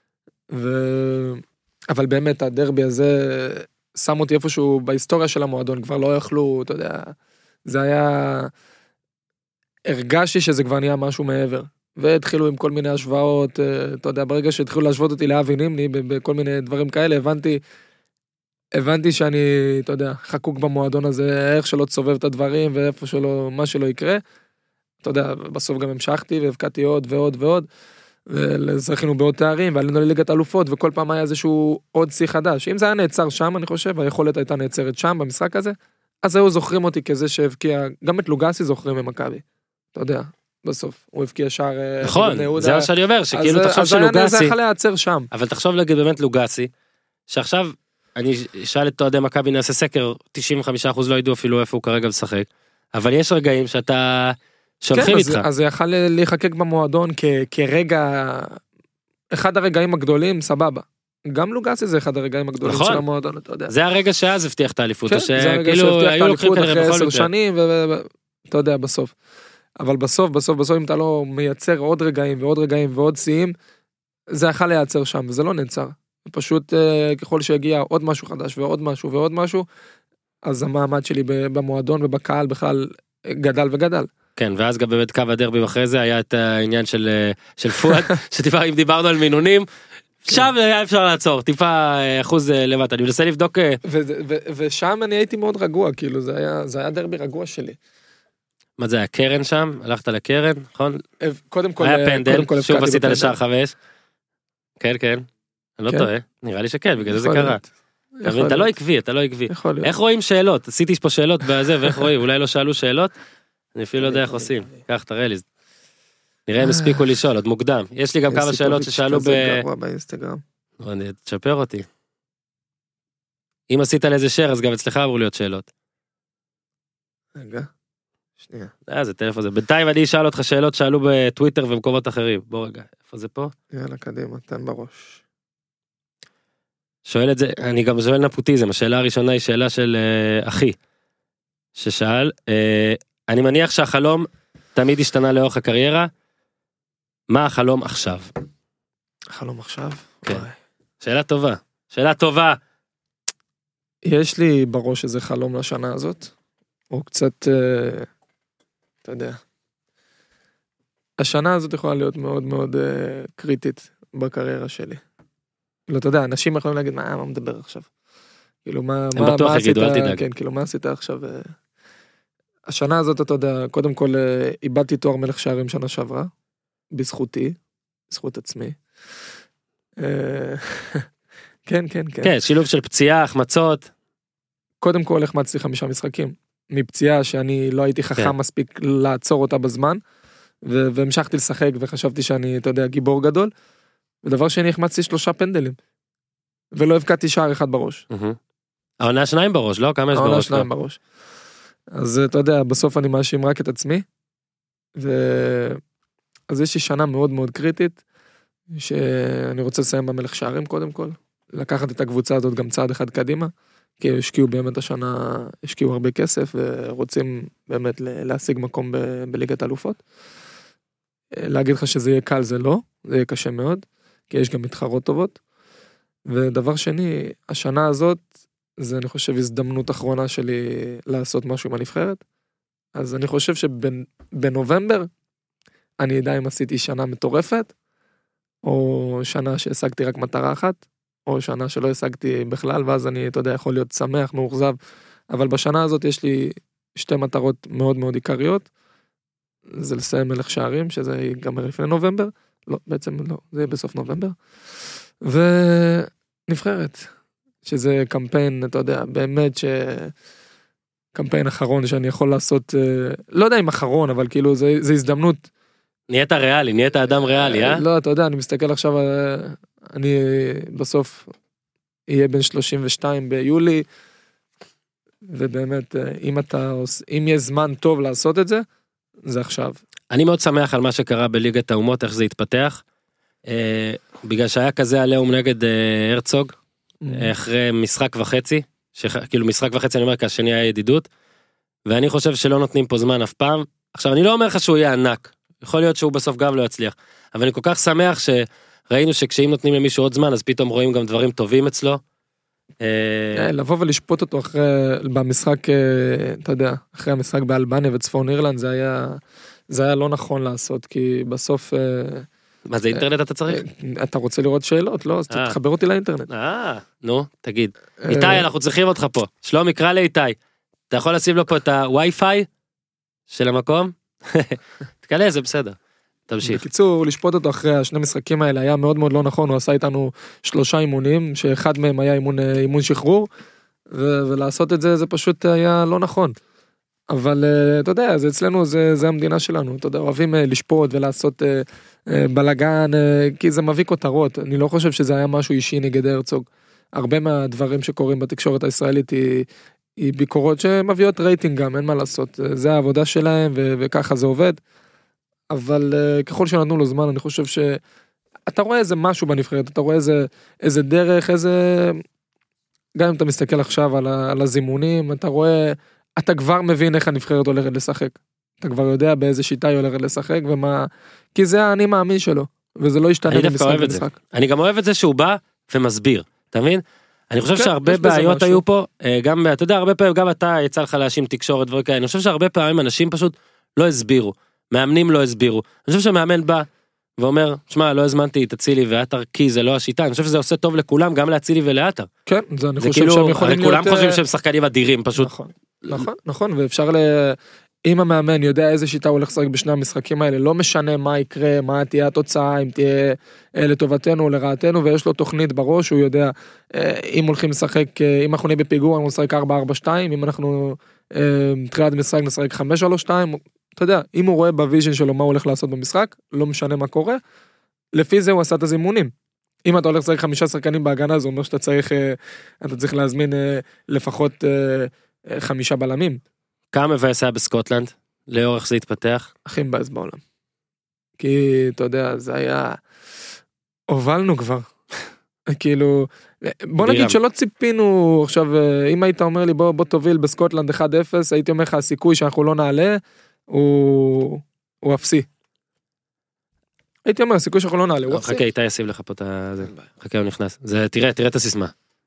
אבל באמת הדרבי הזה שם אותי איפשהו בהיסטוריה של המועדון, כבר לא יכלו, אתה יודע, זה היה, הרגשתי שזה כבר נהיה משהו מעבר, והתחילו עם כל מיני השוואות, אתה יודע, ברגע שהתחילו להשוות אותי לאבי נימני, בכל מיני דברים כאלה, הבנתי שאני, אתה יודע, חקוק במועדון הזה, איך שלא תסובב את הדברים, ואיפה שלא, מה שלא יקרה, אתה יודע, בסוף גם המשכתי, והבקעתי עוד ועוד ועוד, וזכינו בעוד תארים, ועלינו לליגת אלופות, וכל פעם היה איזשהו עוד שיא חדש. אם זה היה נעצר שם, אני חושב, היכולת הייתה נעצרת שם, במשחק הזה, אז היו זוכרים אותי כזה שהבקיע, גם את לוגסי זוכרים ממכבי, אתה יודע. בסוף, הוא הבקיע שער... נכון, זה מה שאני אומר, שכאילו תחשוב שלוגסי... אז זה יכול להיעצר שם. אבל תחשוב להגיד באמת לוגסי, שעכשיו אני אשאל את תועדי מכבי נעשה סקר, 95% לא ידעו אפילו איפה הוא כרגע משחק, אבל יש רגעים שאתה שולחים איתך. כן, אז זה יכול להיחקק במועדון כרגע, אחד הרגעים הגדולים, סבבה. גם לוגסי זה אחד הרגעים הגדולים של המועדון, אתה יודע. זה הרגע שאז הבטיח את האליפות, כן, זה הרגע שהבטיח את האליפות אחרי 10 שנים, ואתה יודע, בסוף. אבל בסוף, אם אתה לא מייצר עוד רגעים ועוד רגעים ועוד שיאים, זה יכול להיעצר שם, וזה לא נעצר. פשוט ככל שיגיע עוד משהו חדש ועוד משהו ועוד משהו, אז המעמד שלי במועדון ובקהל בכלל גדל וגדל. כן, ואז גם באמת קו הדרבי אחרי זה היה את העניין של פואד, אם דיברנו על מינונים, שם היה אפשר לעצור, טיפה אחוז למטה, אני מנסה לבדוק... ושם אני הייתי מאוד רגוע, כאילו זה היה דרבי רגוע שלי. מה זה היה, קרן שם? הלכת לקרן, נכון? קודם כל... היה פנדל, שוב עשית לשער 5. כן, כן. אני לא טועה. נראה לי שכן, בגלל זה זה קרה. אתה לא עקבי. איך רואים שאלות? עשיתי פה שאלות בזה, ואיך רואים? אולי לא שאלו שאלות? אני אפילו לא יודע איך עושים. קח, תראה לי. נראה אם הספיקו לשאול, עוד מוקדם. יש לי גם כמה שאלות ששאלו באינסטגרם. תשפר אותי. אם עשית לאיזה share, אז גם אצלך אמרו להיות שאלות. רגע. שנייה. זה טלפון זה. בינתיים אני אשאל אותך שאלות שעלו בטוויטר ומקומות אחרים. בוא רגע, איפה זה פה? יאללה, קדימה, תן בראש. שואל את זה, אני גם שואל נפוטיזם, השאלה הראשונה היא שאלה של אחי, ששאל, אני מניח שהחלום תמיד השתנה לאורך הקריירה, מה החלום עכשיו? החלום עכשיו? כן. שאלה טובה. יש לי בראש איזה חלום לשנה הזאת, או קצת, אתה יודע, השנה הזאת יכולה להיות מאוד מאוד קריטית בקריירה שלי. לא, אתה יודע, אנשים יכולים להגיד, מה מדבר עכשיו? כאילו, מה עשית? כן, כאילו, מה עשית עכשיו? השנה הזאת, אתה יודע, קודם כל, איבדתי תואר מלך שערים שנה שעברה, בזכותי, בזכות עצמי. כן. כן, שילוב של פציעה, החמצות. קודם כל החמצתי 5 משחקים, מפציעה שאני לא הייתי חכם מספיק לעצור אותה בזמן, והמשכתי לשחק וחשבתי שאני, אתה יודע, גיבור גדול, ודבר שני, החמצתי 3 פנדלים, ולא הבקעתי שער אחד בראש. העונה 2 בראש, לא? כמה יש בראש? העונה 2 בראש. אז אתה יודע, בסוף אני מאשים רק את עצמי, אז יש לי שנה מאוד מאוד קריטית, שאני רוצה לסיים במלך שערים קודם כל, לקחת את הקבוצה הזאת גם צעד אחד קדימה, כי השקיעו באמת השנה, השקיעו הרבה כסף, ורוצים באמת להשיג מקום בליגת האלופות. להגיד לך שזה יהיה קל זה לא, זה יהיה קשה מאוד, כי יש גם מתחרות טובות. ודבר שני, השנה הזאת, זה אני חושב הזדמנות אחרונה שלי לעשות משהו עם הנבחרת. אז אני חושב שבנובמבר, אני אדע אם עשיתי שנה מטורפת, או שנה שהשגתי רק מטרה אחת, או שנה שלא השגתי בכלל, ואז אני, אתה יודע, יכול להיות שמח, מאוכזב, אבל בשנה הזאת יש לי 2 מטרות מאוד מאוד עיקריות, זה לסיים מלך שערים, שזה ייגמר לפני נובמבר, לא, בעצם לא, זה יהיה בסוף נובמבר, ונבחרת, שזה קמפיין, אתה יודע, באמת קמפיין אחרון שאני יכול לעשות, לא יודע אם אחרון, אבל כאילו זה הזדמנות. נהיית ריאלי, נהיית אדם ריאלי, אה? לא, אתה יודע, אני מסתכל עכשיו, אני בסוף אהיה בין 32 ביולי, ובאמת, אם יש זמן טוב לעשות את זה, זה עכשיו. אני מאוד שמח על מה שקרה בליגת האומות, איך זה התפתח, בגלל שהיה כזה עליהום נגד הרצוג, אחרי משחק וחצי, כאילו משחק וחצי אני אומר, כי השני היה ידידות, ואני חושב שלא נותנים פה זמן אף פעם. עכשיו, אני לא אומר לך שהוא יהיה ענק, יכול להיות שהוא בסוף גם לא יצליח, אבל אני כל כך שמח שראינו שכשאם נותנים למישהו עוד זמן, אז פתאום רואים גם דברים טובים אצלו. לבוא ולשפוט אותו במשחק, אתה יודע, אחרי המשחק באלבניה וצפון אירלנד, זה היה לא נכון לעשות, כי בסוף... מה זה אינטרנט אתה צריך? אתה רוצה לראות שאלות, לא? אז תחבר אותי לאינטרנט. נו, תגיד. איתי, אנחנו צריכים אותך פה. שלום, יקרא לאיתי. אתה יכול לשים לו פה את הווי-פיי של המקום? תקלה, זה בסדר. תמשיך. בקיצור, לשפוט אותו אחרי 2 משחקים האלה היה מאוד מאוד לא נכון, הוא עשה איתנו 3 אימונים, שאחד מהם היה אימון שחרור, ולעשות את זה, זה פשוט היה לא נכון. אבל אתה יודע, זה אצלנו, זה המדינה שלנו, אתה יודע, אוהבים לשפוט ולעשות בלגן, כי זה מביא כותרות, אני לא חושב שזה היה משהו אישי נגד הרצוג. הרבה מהדברים שקורים בתקשורת הישראלית היא ביקורות שמביאות רייטינג גם, אין מה לעשות, זה העבודה שלהם וככה זה עובד. אבל ככל שנתנו לו זמן, אני חושב שאתה רואה איזה משהו בנבחרת, אתה רואה איזה דרך, גם אם אתה מסתכל עכשיו על הזימונים, אתה רואה, אתה כבר מבין איך הנבחרת הולכת לשחק. אתה כבר יודע באיזה שיטה היא הולכת לשחק, כי זה האני מאמין שלו, וזה לא ישתנה במשחק למשחק. אני גם אוהב את זה שהוא בא ומסביר, אתה מבין? אני חושב שהרבה בעיות היו פה, גם, אתה יודע, הרבה פעמים, גם אתה יצא לך להאשים תקשורת דברים כאלה, אני חושב שהרבה פעמים אנשים פשוט לא הסבירו. מאמנים לא הסבירו. אני חושב שמאמן בא ואומר, שמע, לא הזמנתי את אצילי ואתר, כי זה לא השיטה. אני חושב שזה עושה טוב לכולם, גם לאצילי ולאתר. כן, זה אני חושב שהם יכולים להיות... כולם חושבים שהם שחקנים אדירים, פשוט. נכון, ואפשר אם המאמן יודע איזה שיטה הוא הולך לשחק בשני המשחקים האלה, לא משנה מה יקרה, מה תהיה התוצאה, אם תהיה לטובתנו או לרעתנו, ויש לו תוכנית בראש, הוא יודע, אם הולכים לשחק, אם אנחנו נהיה בפיגור, אנחנו נשחק 4-4-2, אם אנחנו תחילת משחק נשחק 5-3-2, אתה יודע, אם הוא רואה בוויז'ן שלו מה הוא הולך לעשות במשחק, לא משנה מה קורה, לפי זה הוא עשה את הזימונים. אם אתה הולך לשחק 5 שחקנים בהגנה, זה אומר שאתה צריך להזמין לפחות 5 בלמים. כמה מבאס היה בסקוטלנד? לאורך זה התפתח? הכי מבאס בעולם. כי, אתה יודע, זה היה... הובלנו כבר. כאילו, בוא נגיד שלא ציפינו, עכשיו, אם היית אומר לי, בוא תוביל בסקוטלנד 1-0, הייתי אומר לך, הסיכוי שאנחנו לא נעלה, הוא אפסי. הייתי אומר, הסיכוי שאנחנו לא נעלה, הוא אפסי. חכה, איתי ישים לך פה את זה. חכה, הוא נכנס. תראה את הסיסמה.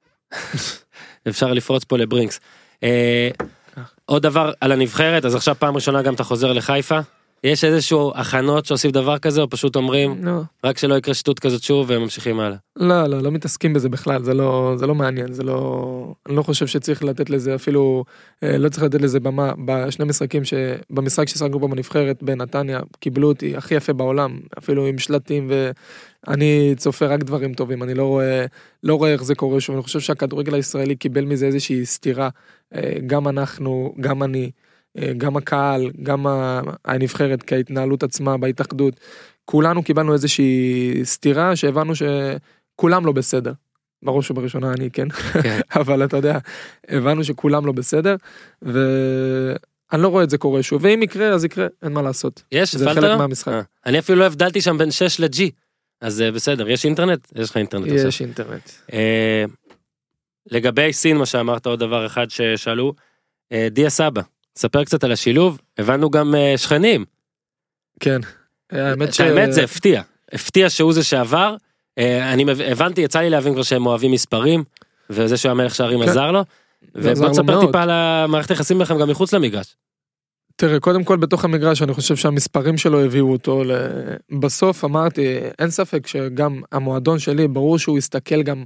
אפשר לפרוץ פה לברינקס. עוד דבר על הנבחרת, אז עכשיו פעם ראשונה גם אתה חוזר לחיפה, יש איזשהו הכנות שעושים דבר כזה, או פשוט אומרים, לא. רק שלא יקרה שטות כזאת שוב, והם ממשיכים הלאה. לא מתעסקים בזה בכלל, זה לא מעניין, אני לא חושב שצריך לתת לזה אפילו, לא צריך לתת לזה במה, בשני משחקים במשחק ששחקנו פה בנבחרת בנתניה, קיבלו אותי הכי יפה בעולם, אפילו עם שלטים, ואני צופה רק דברים טובים, אני לא רואה איך זה קורה שוב, אני חושב שהכדורגל הישראלי קיבל מזה איזושהי סתירה, גם אנחנו, גם אני, גם הקהל, גם הנבחרת כהתנהלות עצמה בהתאחדות, כולנו קיבלנו איזושהי סתירה שהבנו שכולם לא בסדר. בראש ובראשונה אני, כן? אבל אתה יודע, הבנו שכולם לא בסדר, ואני לא רואה את זה קורה שוב, ואם יקרה, אז יקרה, אין מה לעשות. זה חלק מהמשחק. אני אפילו לא הבדלתי שם בין 6 ל-G, אז בסדר, יש אינטרנט? יש לך אינטרנט. יש אינטרנט. לגבי סין, מה שאמרת עוד דבר אחד ששאלו, דיה סבא, ספר קצת על השילוב, הבנו גם שכנים. כן. האמת זה הפתיע שהוא זה שעבר, אני הבנתי, יצא לי להבין כבר שהם אוהבים מספרים, וזה שהוא המלך שערים עזר לו, ובוא תספר טיפה על המערכת היחסים לכם גם מחוץ למגרש. תראה, קודם כל בתוך המגרש, אני חושב שהמספרים שלו הביאו אותו, בסוף אמרתי, אין ספק שגם המועדון שלי, ברור שהוא יסתכל גם,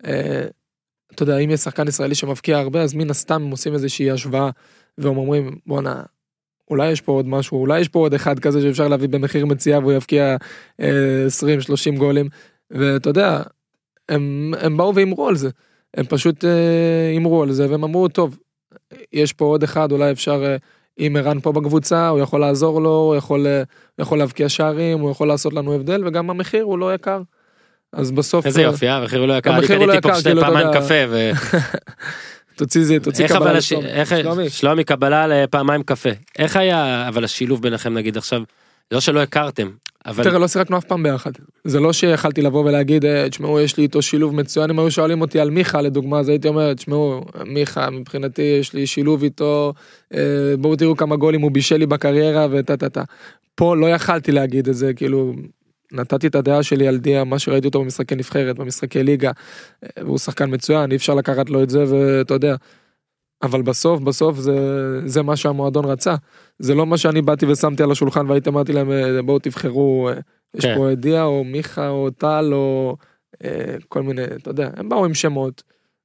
אתה יודע, אם יש שחקן ישראלי שמבקיע הרבה, אז מן הסתם הם עושים איזושהי השוואה, והם אומרים, בוא'נה, אולי יש פה עוד משהו, אולי יש פה עוד אחד כזה שאפשר להביא במחיר מציאה, והוא יבקיע 20-30 גולים, ואתה יודע, הם באו ואמרו על זה, הם פשוט אמרו על זה, והם אמרו, טוב, יש פה עוד אחד, אולי אפשר, אם ערן פה בקבוצה, הוא יכול לעזור לו, הוא יכול להבקיע שערים, הוא יכול לעשות לנו הבדל, וגם המחיר הוא לא יקר, אז בסוף... איזה יופי, המחיר הוא לא יקר, אני קניתי פה פעמיים קפה, ו... תוציא קבלה שלומי קבלה לפעמיים קפה. איך היה אבל השילוב ביניכם נגיד עכשיו, לא שלא הכרתם, אבל... תראה, לא שיחקנו אף פעם ביחד. זה לא שיכלתי לבוא ולהגיד, תשמעו, יש לי איתו שילוב מצוין, אם היו שואלים אותי על מיכה לדוגמה, אז הייתי אומר, תשמעו, מיכה, מבחינתי יש לי שילוב איתו, בואו תראו כמה גולים הוא בישל לי בקריירה, וטטטה. פה לא יכלתי להגיד את זה, כאילו... נתתי את הדעה שלי על דיה, מה שראיתי אותו במשחקי נבחרת, במשחקי ליגה, והוא שחקן מצוין, אי אפשר לקחת לו את זה, ואתה יודע, אבל בסוף זה מה שהמועדון רצה, זה לא מה שאני באתי ושמתי על השולחן, והייתי אמרתי להם, בואו תבחרו, יש פה דיה, או מיכה, או טל, או כל מיני, אתה יודע, הם באו עם שמות,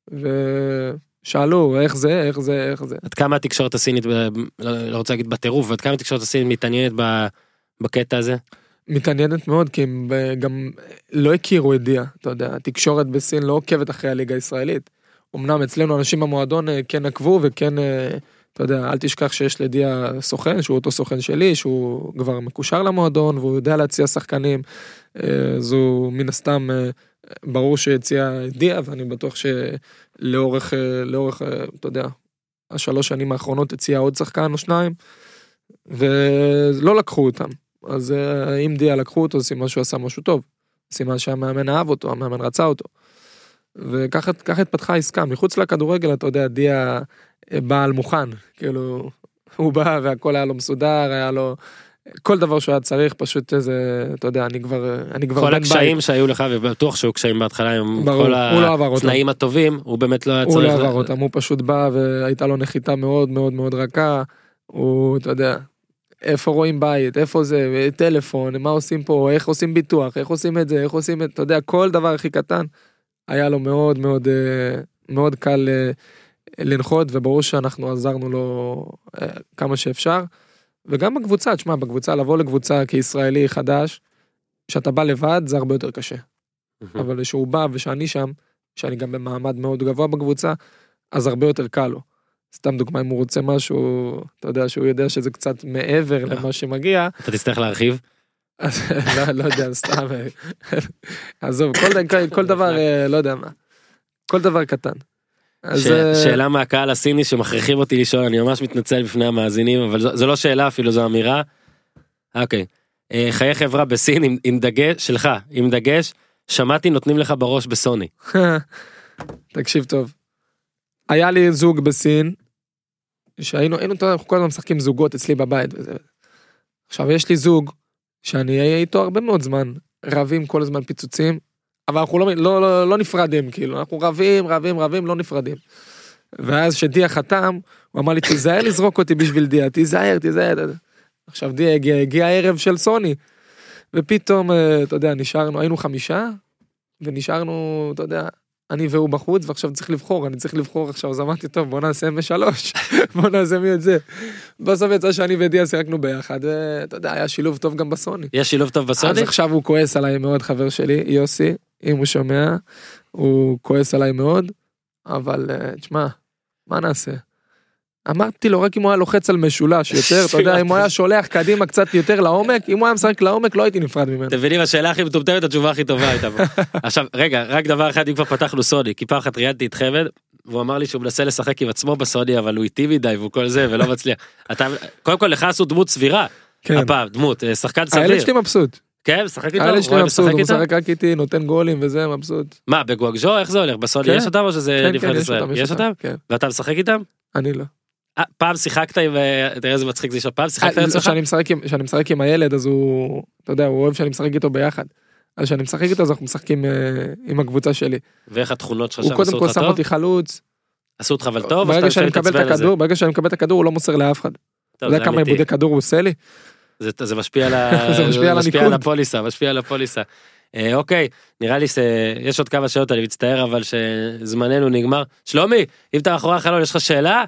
ושאלו, איך זה. עד כמה התקשורת הסינית, לא רוצה להגיד בטירוף, עד כמה התקשורת הסינית מתעניינת בקטע הזה? מתעניינת מאוד, כי הם גם לא הכירו את דיה, אתה יודע, התקשורת בסין לא עוקבת אחרי הליגה הישראלית, אמנם אצלנו אנשים במועדון כן עקבו, וכן, אתה יודע, אל תשכח שיש לדיה סוכן, שהוא אותו סוכן שלי, שהוא כבר מקושר למועדון, והוא יודע להציע שחקנים, זו מן הסתם, ברור שהציע את דיה, ואני בטוח שלאורך, אתה יודע, 3 שנים האחרונות הציע עוד שחקן או 2, ולא לקחו אותם. אז אם דיה לקחו אותו, סימן שהוא עשה משהו טוב, סימן שהמאמן אהב אותו, המאמן רצה אותו, וככה התפתחה עסקה, מחוץ לכדורגל, אתה יודע, דיה בא על מוכן, כאילו, הוא בא והכל היה לו מסודר, היה לו, כל דבר שהוא היה צריך, פשוט איזה, אתה יודע, אני כבר כל הקשיים שהיו לך, ובטוח שהיו קשיים בהתחלה, עם כל התנאים הטובים, הוא באמת לא היה צריך. הוא לא עבר אותם, הוא פשוט בא, והייתה לו נחיתה מאוד מאוד מאוד רכה, הוא, אתה יודע, איפה רואים בית, איפה זה, טלפון, מה עושים פה, איך עושים ביטוח, איך עושים את זה, איך עושים את, אתה יודע, כל דבר הכי קטן, היה לו מאוד מאוד, מאוד קל לנחות, וברור שאנחנו עזרנו לו כמה שאפשר, וגם בקבוצה, תשמע, בקבוצה, לבוא לקבוצה כישראלי חדש, שאתה בא לבד, זה הרבה יותר קשה. אבל שהוא בא ושאני שם, שאני גם במעמד מאוד גבוה בקבוצה, אז הרבה יותר קל לו. סתם דוגמה, אם הוא רוצה משהו, אתה יודע שהוא יודע שזה קצת מעבר למה שמגיע. אתה תצטרך להרחיב? לא יודע, סתם. עזוב, כל דבר, לא יודע מה. כל דבר קטן. שאלה מהקהל הסיני שמכריחים אותי לשאול, אני ממש מתנצל בפני המאזינים, אבל זו לא שאלה אפילו, זו אמירה. אוקיי. חיי חברה בסין עם דגש, שלך, עם דגש, שמעתי נותנים לך בראש בסוני. תקשיב טוב. היה לי זוג בסין, שהיינו, אנחנו כל הזמן משחקים זוגות אצלי בבית. עכשיו יש לי זוג, שאני אהיה איתו הרבה מאוד זמן, רבים כל הזמן פיצוצים, אבל אנחנו לא נפרדים, כאילו, אנחנו רבים, לא נפרדים. ואז שדיה חתם, הוא אמר לי, תיזהר לזרוק אותי בשביל דיה, תיזהר. עכשיו הגיע הערב של סוני, ופתאום, אתה יודע, נשארנו, היינו 5, ונשארנו, אתה יודע, אני והוא בחוץ, ועכשיו אני צריך לבחור עכשיו, אז אמרתי, טוב, בוא נעשה מ3, בוא נעשה מי את זה. בסוף יצא שאני ודיה שיחקנו ביחד, ואתה יודע, היה שילוב טוב גם בסוני. יש שילוב טוב בסוני? אז עכשיו הוא כועס עליי מאוד, חבר שלי, יוסי, אם הוא שומע, הוא כועס עליי מאוד, אבל תשמע, מה נעשה? אמרתי לו, רק אם הוא היה לוחץ על משולש יותר, אתה יודע, אם הוא היה שולח קדימה קצת יותר לעומק, אם הוא היה משחק לעומק, לא הייתי נפרד ממנו. אתם מבינים, השאלה הכי מטומטמת, התשובה הכי טובה הייתה. עכשיו, רגע, רק דבר אחד, אם כבר פתחנו סוני, כי פעם אחת ראיינתי את חמד, והוא אמר לי שהוא מנסה לשחק עם עצמו בסוני, אבל הוא איטי מדי, והוא כל זה, ולא מצליח. קודם כל, לך עשו דמות סבירה, הפעם, דמות, שחקן סביר. הילד שלי מבסוט. כן, משחק איתו? הילד שלי מבסוט, הוא משחק רק איתי, נותן גולים וזה, מבסוט. מה, בגואנגז'ו, איך זה הולך? בסוני יש אותם או שזה נבחרת ישראל? יש אותם? ואתה משחק איתם? אני לא. פעם שיחקת עם, תראה איזה מצחיק זה פעם שיחקת עם עצמך? כשאני משחק עם הילד, אז הוא, אתה יודע, הוא אוהב שאני משחק איתו ביחד. אז כשאני משחק איתו, אז אנחנו משחקים עם הקבוצה שלי. ואיך התכונות שלך שם עשו אותך טוב? הוא קודם כל שם אותי חלוץ. עשו אותך אבל טוב? ברגע שאני מקבל את הכדור, הוא לא מוסר לאף אחד. אתה יודע כמה עיבודי כדור הוא עושה לי? זה משפיע על הפוליסה. אוקיי, נראה לי שיש עוד כמה שאלות, אני מצטער, אבל שזמננו נגמר. שלומי, אם אתה מאחורי החלון, יש לך שאלה?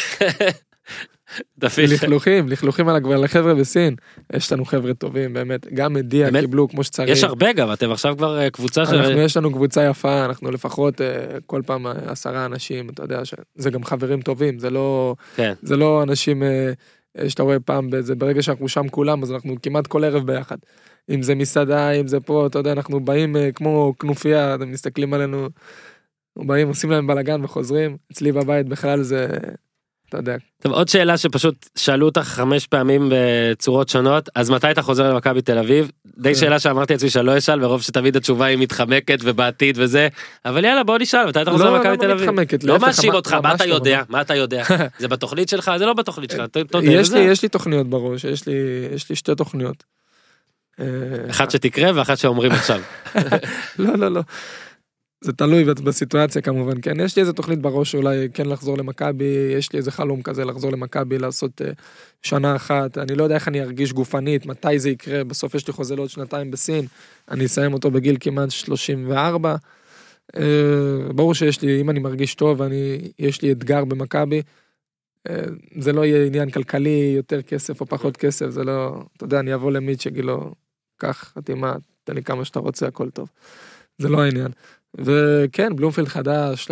לכלוכים על החבר'ה בסין, יש לנו חבר'ה טובים, באמת, גם מדיה קיבלו כמו שצריך. יש הרבה גם, אתם עכשיו כבר קבוצה יש לנו קבוצה יפה, אנחנו לפחות כל פעם 10 אנשים, אתה יודע, זה גם חברים טובים, זה לא אנשים שאתה רואה פעם, ברגע שאנחנו שם כולם, אז אנחנו כמעט כל ערב ביחד. אם זה מסעדה, אם זה פה, אתה יודע, אנחנו באים כמו כנופיה, אתם מסתכלים עלינו, אנחנו באים, עושים להם בלגן וחוזרים, אצלי בבית בכלל זה, אתה יודע. טוב, עוד שאלה שפשוט שאלו אותך 5 פעמים בצורות שונות, אז מתי אתה חוזר למכבי תל אביב? די שאלה שאמרתי לעצמי שלא אשאל, ברוב שתמיד התשובה היא מתחמקת ובעתיד וזה, אבל יאללה בוא נשאל, מתי אתה חוזר למכבי תל אביב? לא מאשים אותך, מה אתה יודע? זה בתוכנית שלך? זה לא בתוכנית שלך. יש לי תוכניות בראש, יש לי 2 תוכניות. אחת שתקרה ואחת שאומרים עכשיו. לא. זה תלוי בסיטואציה כמובן, כן, יש לי איזה תוכנית בראש אולי כן לחזור למכבי, יש לי איזה חלום כזה לחזור למכבי, לעשות שנה אחת, אני לא יודע איך אני ארגיש גופנית, מתי זה יקרה, בסוף יש לי חוזה לעוד 2 בסין, אני אסיים אותו בגיל כמעט 34, ברור שיש לי, אם אני מרגיש טוב, יש לי אתגר במכבי, זה לא יהיה עניין כלכלי, יותר כסף או פחות כסף, זה לא, אתה יודע, אני אבוא למיד שגילו, קח, חתימה, תן לי כמה שאתה רוצה, הכל טוב, זה לא העניין. וכן, בלומפילד חדש,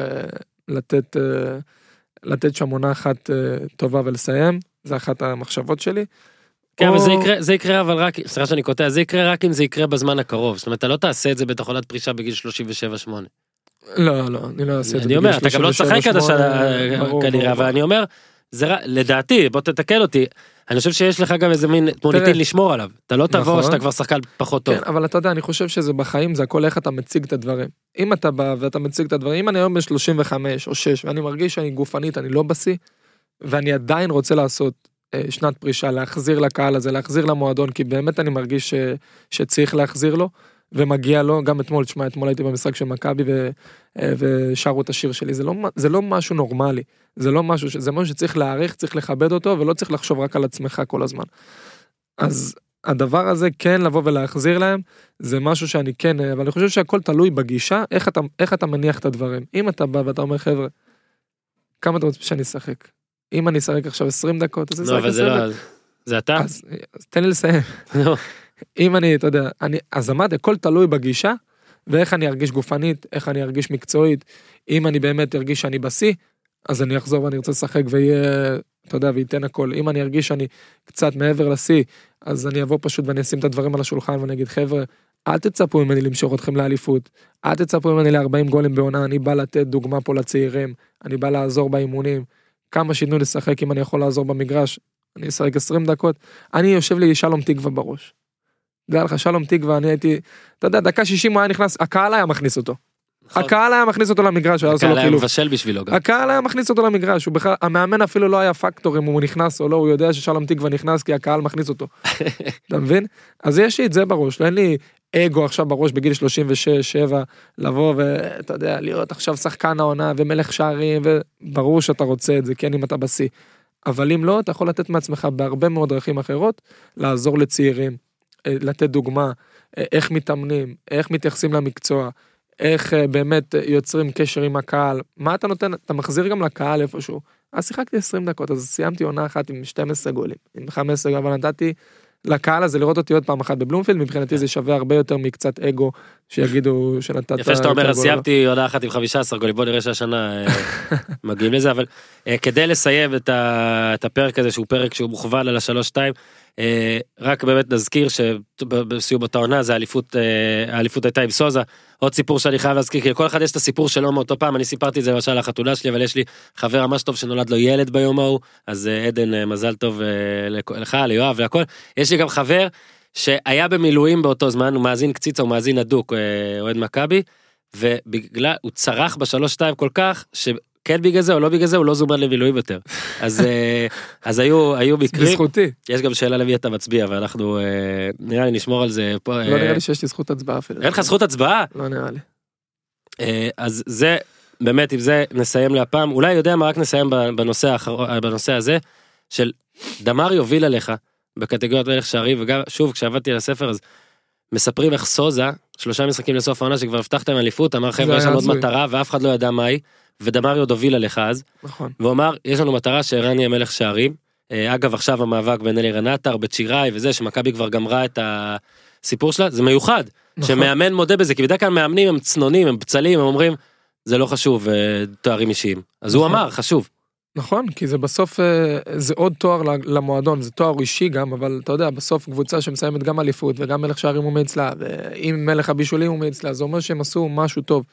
לתת שם עונה אחת טובה ולסיים, זה אחת המחשבות שלי. כן, אבל זה יקרה, אבל רק, סליחה שאני קוטע, זה יקרה רק אם זה יקרה בזמן הקרוב, זאת אומרת, אתה לא תעשה את זה בתחולת פרישה בגיל 37-8. לא, אני לא אעשה את זה בגיל 37-8. אני אומר, אתה גם לא תשחק עד השנה, כנראה, אבל אני אומר, לדעתי, בוא תתקן אותי, אני חושב שיש לך גם איזה מין מוניטין לשמור עליו, אתה לא תבוא שאתה כבר שחקן פחות טוב. כן, אבל אתה יודע, אני חושב שזה בחיים, זה הכל איך אתה מציג את הדברים. אם אתה בא ואתה מציג את הדברים, אם אני היום ב-35 או 6, ואני מרגיש שאני גופנית, אני לא בשיא, ואני עדיין רוצה לעשות שנת פרישה, להחזיר לקהל הזה, להחזיר למועדון, כי באמת אני מרגיש שצריך להחזיר לו, ומגיע לו, גם אתמול, תשמע, אתמול הייתי במשחק של מכבי ושרו את השיר שלי, זה לא משהו נורמלי, זה משהו שצריך להעריך, צריך לכבד אותו, ולא צריך לחשוב רק על עצמך כל הזמן. אז הדבר הזה כן לבוא ולהחזיר להם, זה משהו שאני כן, אבל אני חושב שהכל תלוי בגישה, איך אתה מניח את הדברים. אם אתה בא ואתה אומר, חבר'ה, כמה אתה רוצה שאני אשחק? אם אני אשחק עכשיו 20 דקות, אז לא, אבל זה אתה? אז תן לי לסיים. אם אני, אתה יודע, אז אמרתי, הכל תלוי בגישה, ואיך אני ארגיש גופנית, איך אני ארגיש מקצועית, אם אני באמת ארגיש שאני בשיא, אז אני אחזור ואני רוצה לשחק ויהיה, אתה יודע, וייתן הכל. אם אני ארגיש שאני קצת מעבר לשיא, אז אני אבוא פשוט ואני אשים את הדברים על השולחן ואני אגיד, חבר'ה, אל תצפו ממני למשוך אתכם לאליפות, אל תצפו ממני ל-40 גולים בעונה, אני בא לתת דוגמה פה לצעירים, אני בא לעזור באימונים, כמה שיתנו לשחק אם אני יכול לעזור במגרש, אני אשחק 20 דקות, אני יושב לי שלום תקווה בראש. דע לך, שלום תקווה, אני הייתי, אתה יודע, דקה 60 הוא היה נכנס, הקהל היה מכניס אותו. הקהל היה מכניס אותו למגרש, הקהל היה מבשל בשבילו גם. הקהל היה מכניס אותו למגרש, המאמן אפילו לא היה פקטור אם הוא נכנס או לא, הוא יודע ששלום תקווה נכנס כי הקהל מכניס אותו. אתה מבין? אז יש לי את זה בראש, אין לי אגו עכשיו בראש בגיל 36-7, לבוא ואתה יודע, להיות עכשיו שחקן העונה ומלך שערים, וברור שאתה רוצה את זה, כן, אם אתה בשיא. אבל אם לא, אתה יכול לתת מעצמך בהרבה מאוד דרכים אחרות, לעזור לצעירים, לתת דוגמה, איך מתאמנים, איך מתייחסים למקצוע, איך באמת יוצרים קשר עם הקהל, מה אתה נותן, אתה מחזיר גם לקהל איפשהו, אז שיחקתי 20 דקות, אז סיימתי עונה אחת עם 12 גולים, עם 15 גולים, אבל נתתי לקהל הזה לראות אותי עוד פעם אחת בבלומפילד, מבחינתי זה שווה הרבה יותר מקצת אגו, שיגידו שנתת... יפה שאתה אומר, אז סיימתי עונה אחת עם 15 גולים, בוא נראה שהשנה מגיעים לזה, אבל כדי לסיים את הפרק הזה, שהוא פרק שהוא מוכוון על ה3-2, רק באמת נזכיר שבסיום אותה עונה, האליפות הייתה עם סוזה, עוד סיפור שאני חייב להזכיר, כי לכל אחד יש את הסיפור שלו מאותו פעם, אני סיפרתי את זה למשל לחתונה שלי, אבל יש לי חבר ממש טוב שנולד לו ילד ביום ההוא, אז עדן מזל טוב לך, ליואב והכל, יש לי גם חבר שהיה במילואים באותו זמן, הוא מאזין קציצה, הוא מאזין הדוק, אוהד מכבי, ובגלל, הוא צרח ב3-2 כל כך, כן בגלל זה או לא בגלל זה, הוא לא זומן למילואים יותר. אז היו מקרים. בזכותי. יש גם שאלה למי אתה מצביע, ואנחנו נראה לי נשמור על זה. לא נראה לי שיש לי זכות הצבעה אפילו. אין לך זכות הצבעה? לא נראה לי. אז זה, באמת, עם זה נסיים להפעם. אולי יודע מה, רק נסיים בנושא הזה, של דמר יוביל עליך, בקטגוריות מלך שערים, וגם, שוב, כשעבדתי על הספר, אז מספרים איך סוזה, 3 משחקים לסוף העונה, שכבר הבטחתם אליפות, אמר חבר'ה, יש לנו עוד מטרה, ואף אחד לא ידע מהי, ודמר יודוביל עליך אז, נכון. והוא אמר, יש לנו מטרה שערן יהיה מלך שערים, אגב עכשיו המאבק בין אלירן עטר, בצ'יראי וזה, שמכבי כבר גמרה את הסיפור שלה, זה מיוחד, שמאמן מודה בזה, כי בדרך כלל מאמנים הם צנונים, הם בצלים, הם אומרים, זה לא חשוב, תוארים אישיים, אז הוא אמר, חשוב. נכון, כי זה בסוף, זה עוד תואר למועדון, זה תואר אישי גם, אבל אתה יודע, בסוף קבוצה שמסיימת גם אליפות, וגם מלך שערים הוא מאצלה, ואם מלך הבישולים הוא מאצלה, זה אומר שהם עשו משהו טוב,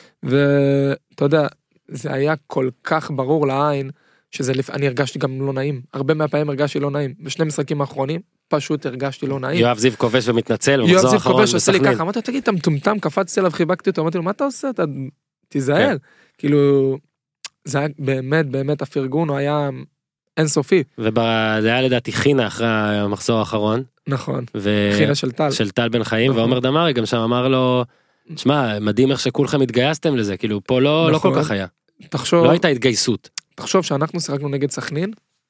ואתה יודע, זה היה כל כך ברור לעין, אני הרגשתי גם לא נעים, הרבה מהפעמים הרגשתי לא נעים, בשני משחקים האחרונים, פשוט הרגשתי לא נעים. יואב זיו כובש ומתנצל, יואב זיו כובש עושה לי ככה, אמרתי, תגיד, אתה מטומטם, קפצתי עליו, חיבקתי אותו, אמרתי לו, מה אתה עושה? אתה תיזהר, כאילו, זה היה באמת הפרגון, הוא היה אינסופי. וזה היה לדעתי חינה אחרי המחזור האחרון. נכון, חינה של טל. של טל בן חיים, ועומר דמרי גם שם אמר לו, שמע, מדהים איך שכולכם התגייסתם לזה, כאילו פה לא כל כך היה. לא הייתה התגייסות. תחשוב שאנחנו שיחקנו נגד סכנין,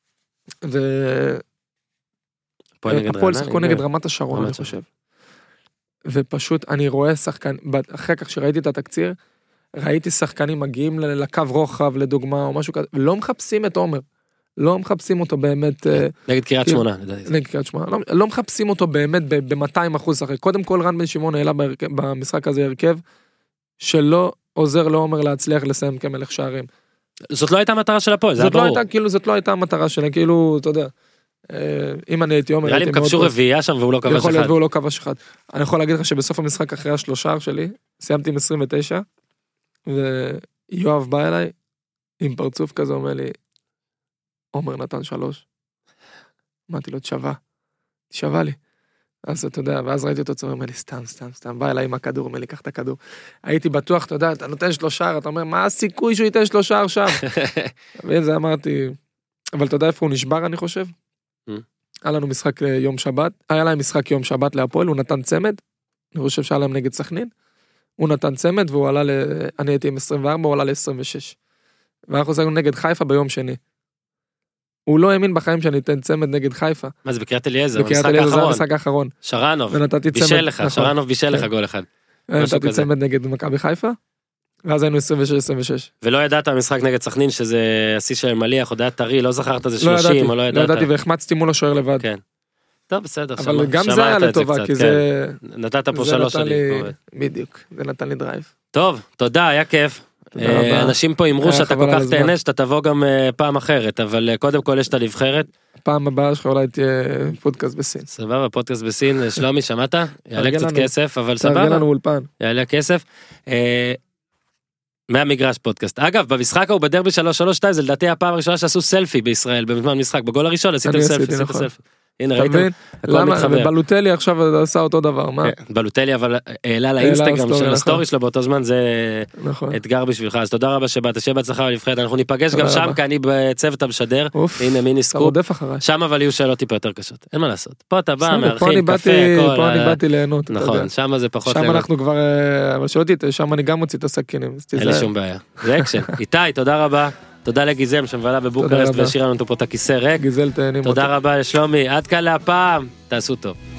הפועל שיחקו נגד רמת השרון, אני חושב. ופשוט אני רואה שחקן, אחרי כך שראיתי את התקציר, ראיתי שחקנים מגיעים לקו רוחב לדוגמה או משהו כזה, ולא מחפשים את עומר, לא מחפשים אותו באמת, נגד קריית שמונה, נגד קריית שמונה, לא מחפשים אותו באמת ב-200% אחרי, קודם כל רן בן שמעון העלה במשחק הזה הרכב, שלא עוזר לעומר להצליח לסיים כמלך שערים. זאת לא הייתה המטרה של הפועל, זה היה ברור. זאת לא הייתה המטרה שלה, כאילו, אתה יודע, אם אני הייתי עומר, נראה לי הם כבשו רביעייה שם והוא לא כבש אחד. והוא לא כבש אחד. אני יכול להגיד לך שבסוף המשחק אחרי השלושה שלי, סיימתי עם 29, ויואב בא אליי, עם פרצוף כזה אומר לי, עומר נתן 3. אמרתי לו, תשווה לי. אז אתה יודע, ואז ראיתי אותו צורר, אומר לי, סתם, בא אליי עם הכדור, אומר לי, קח את הכדור. הייתי בטוח, אתה יודע, אתה נותן 3, אתה אומר, מה הסיכוי שהוא ייתן 3 עכשיו? וזה אמרתי, אבל אתה יודע איפה הוא נשבר, אני חושב? היה לנו משחק יום שבת, היה להם משחק יום שבת להפועל, הוא נתן צמד, אני חושב שהיה להם נגד סכנין, הוא נתן צמד, והוא עלה אני הייתי עם 24, הוא עלה ל-26. ואנחנו עשינו נגד חיפה ביום שני. הוא לא האמין בחיים שאני אתן צמד נגד חיפה. מה זה בקריית אליעזר? בקריית אליעזר זה המשחק האחרון. שרנוב, בישל לך גול אחד. נתתי צמד נגד מכבי חיפה, ואז היינו 26-26. ולא ידעת המשחק נגד סכנין, שזה השיא של מליח, עוד היה טרי, לא זכרת זה 30, או לא ידעת. לא ידעתי, והחמצתי מול השוער לבד. כן. טוב, בסדר. אבל גם זה היה לטובה, כי זה... נתת פה 3 שנים. בדיוק, זה נתן לי דרייב. טוב, תודה, היה כיף. אנשים פה אמרו שאתה כל כך תהנה, שאתה תבוא גם פעם אחרת, אבל קודם כל יש את הנבחרת. פעם הבאה שלך אולי תהיה פודקאסט בסין. סבבה, פודקאסט בסין, שלומי, שמעת? יעלה קצת כסף, אבל סבבה. תארגן לנו אולפן. יעלה כסף. מהמגרש פודקאסט. אגב, במשחק הוא בדרבי 3-3-2, זה לדעתי הפעם הראשונה שעשו סלפי בישראל, בזמן משחק, בגול הראשון עשיתם סלפי. הנה ראיתם, הכל מתחבר. ובלוטלי עכשיו עשה אותו דבר, מה? בלוטלי אבל העלה לאינסטגרם של הסטורי שלו באותו זמן, זה אתגר בשבילך, אז תודה רבה שבאת, שיהיה בהצלחה בנבחרת, אנחנו ניפגש גם שם, כי אני בצוות המשדר, הנה מיני סקופ, שם אבל יהיו שאלות טיפה יותר קשות, אין מה לעשות, פה אתה בא, מארחים, קפה, פה אני באתי ליהנות, נכון, שם זה פחות ליהנות. שם אנחנו כבר, אבל שאלתי, שם אני גם מוציא את הסכינים, אין לי שום בעיה, זה אקשן. איתי, תודה רבה. תודה לגיזם שמבלה בבוקרשט והשאיר לנו פה את הכיסא ריק. גיזל תהנים. תודה רבה לשלומי, עד כאן להפעם, תעשו טוב.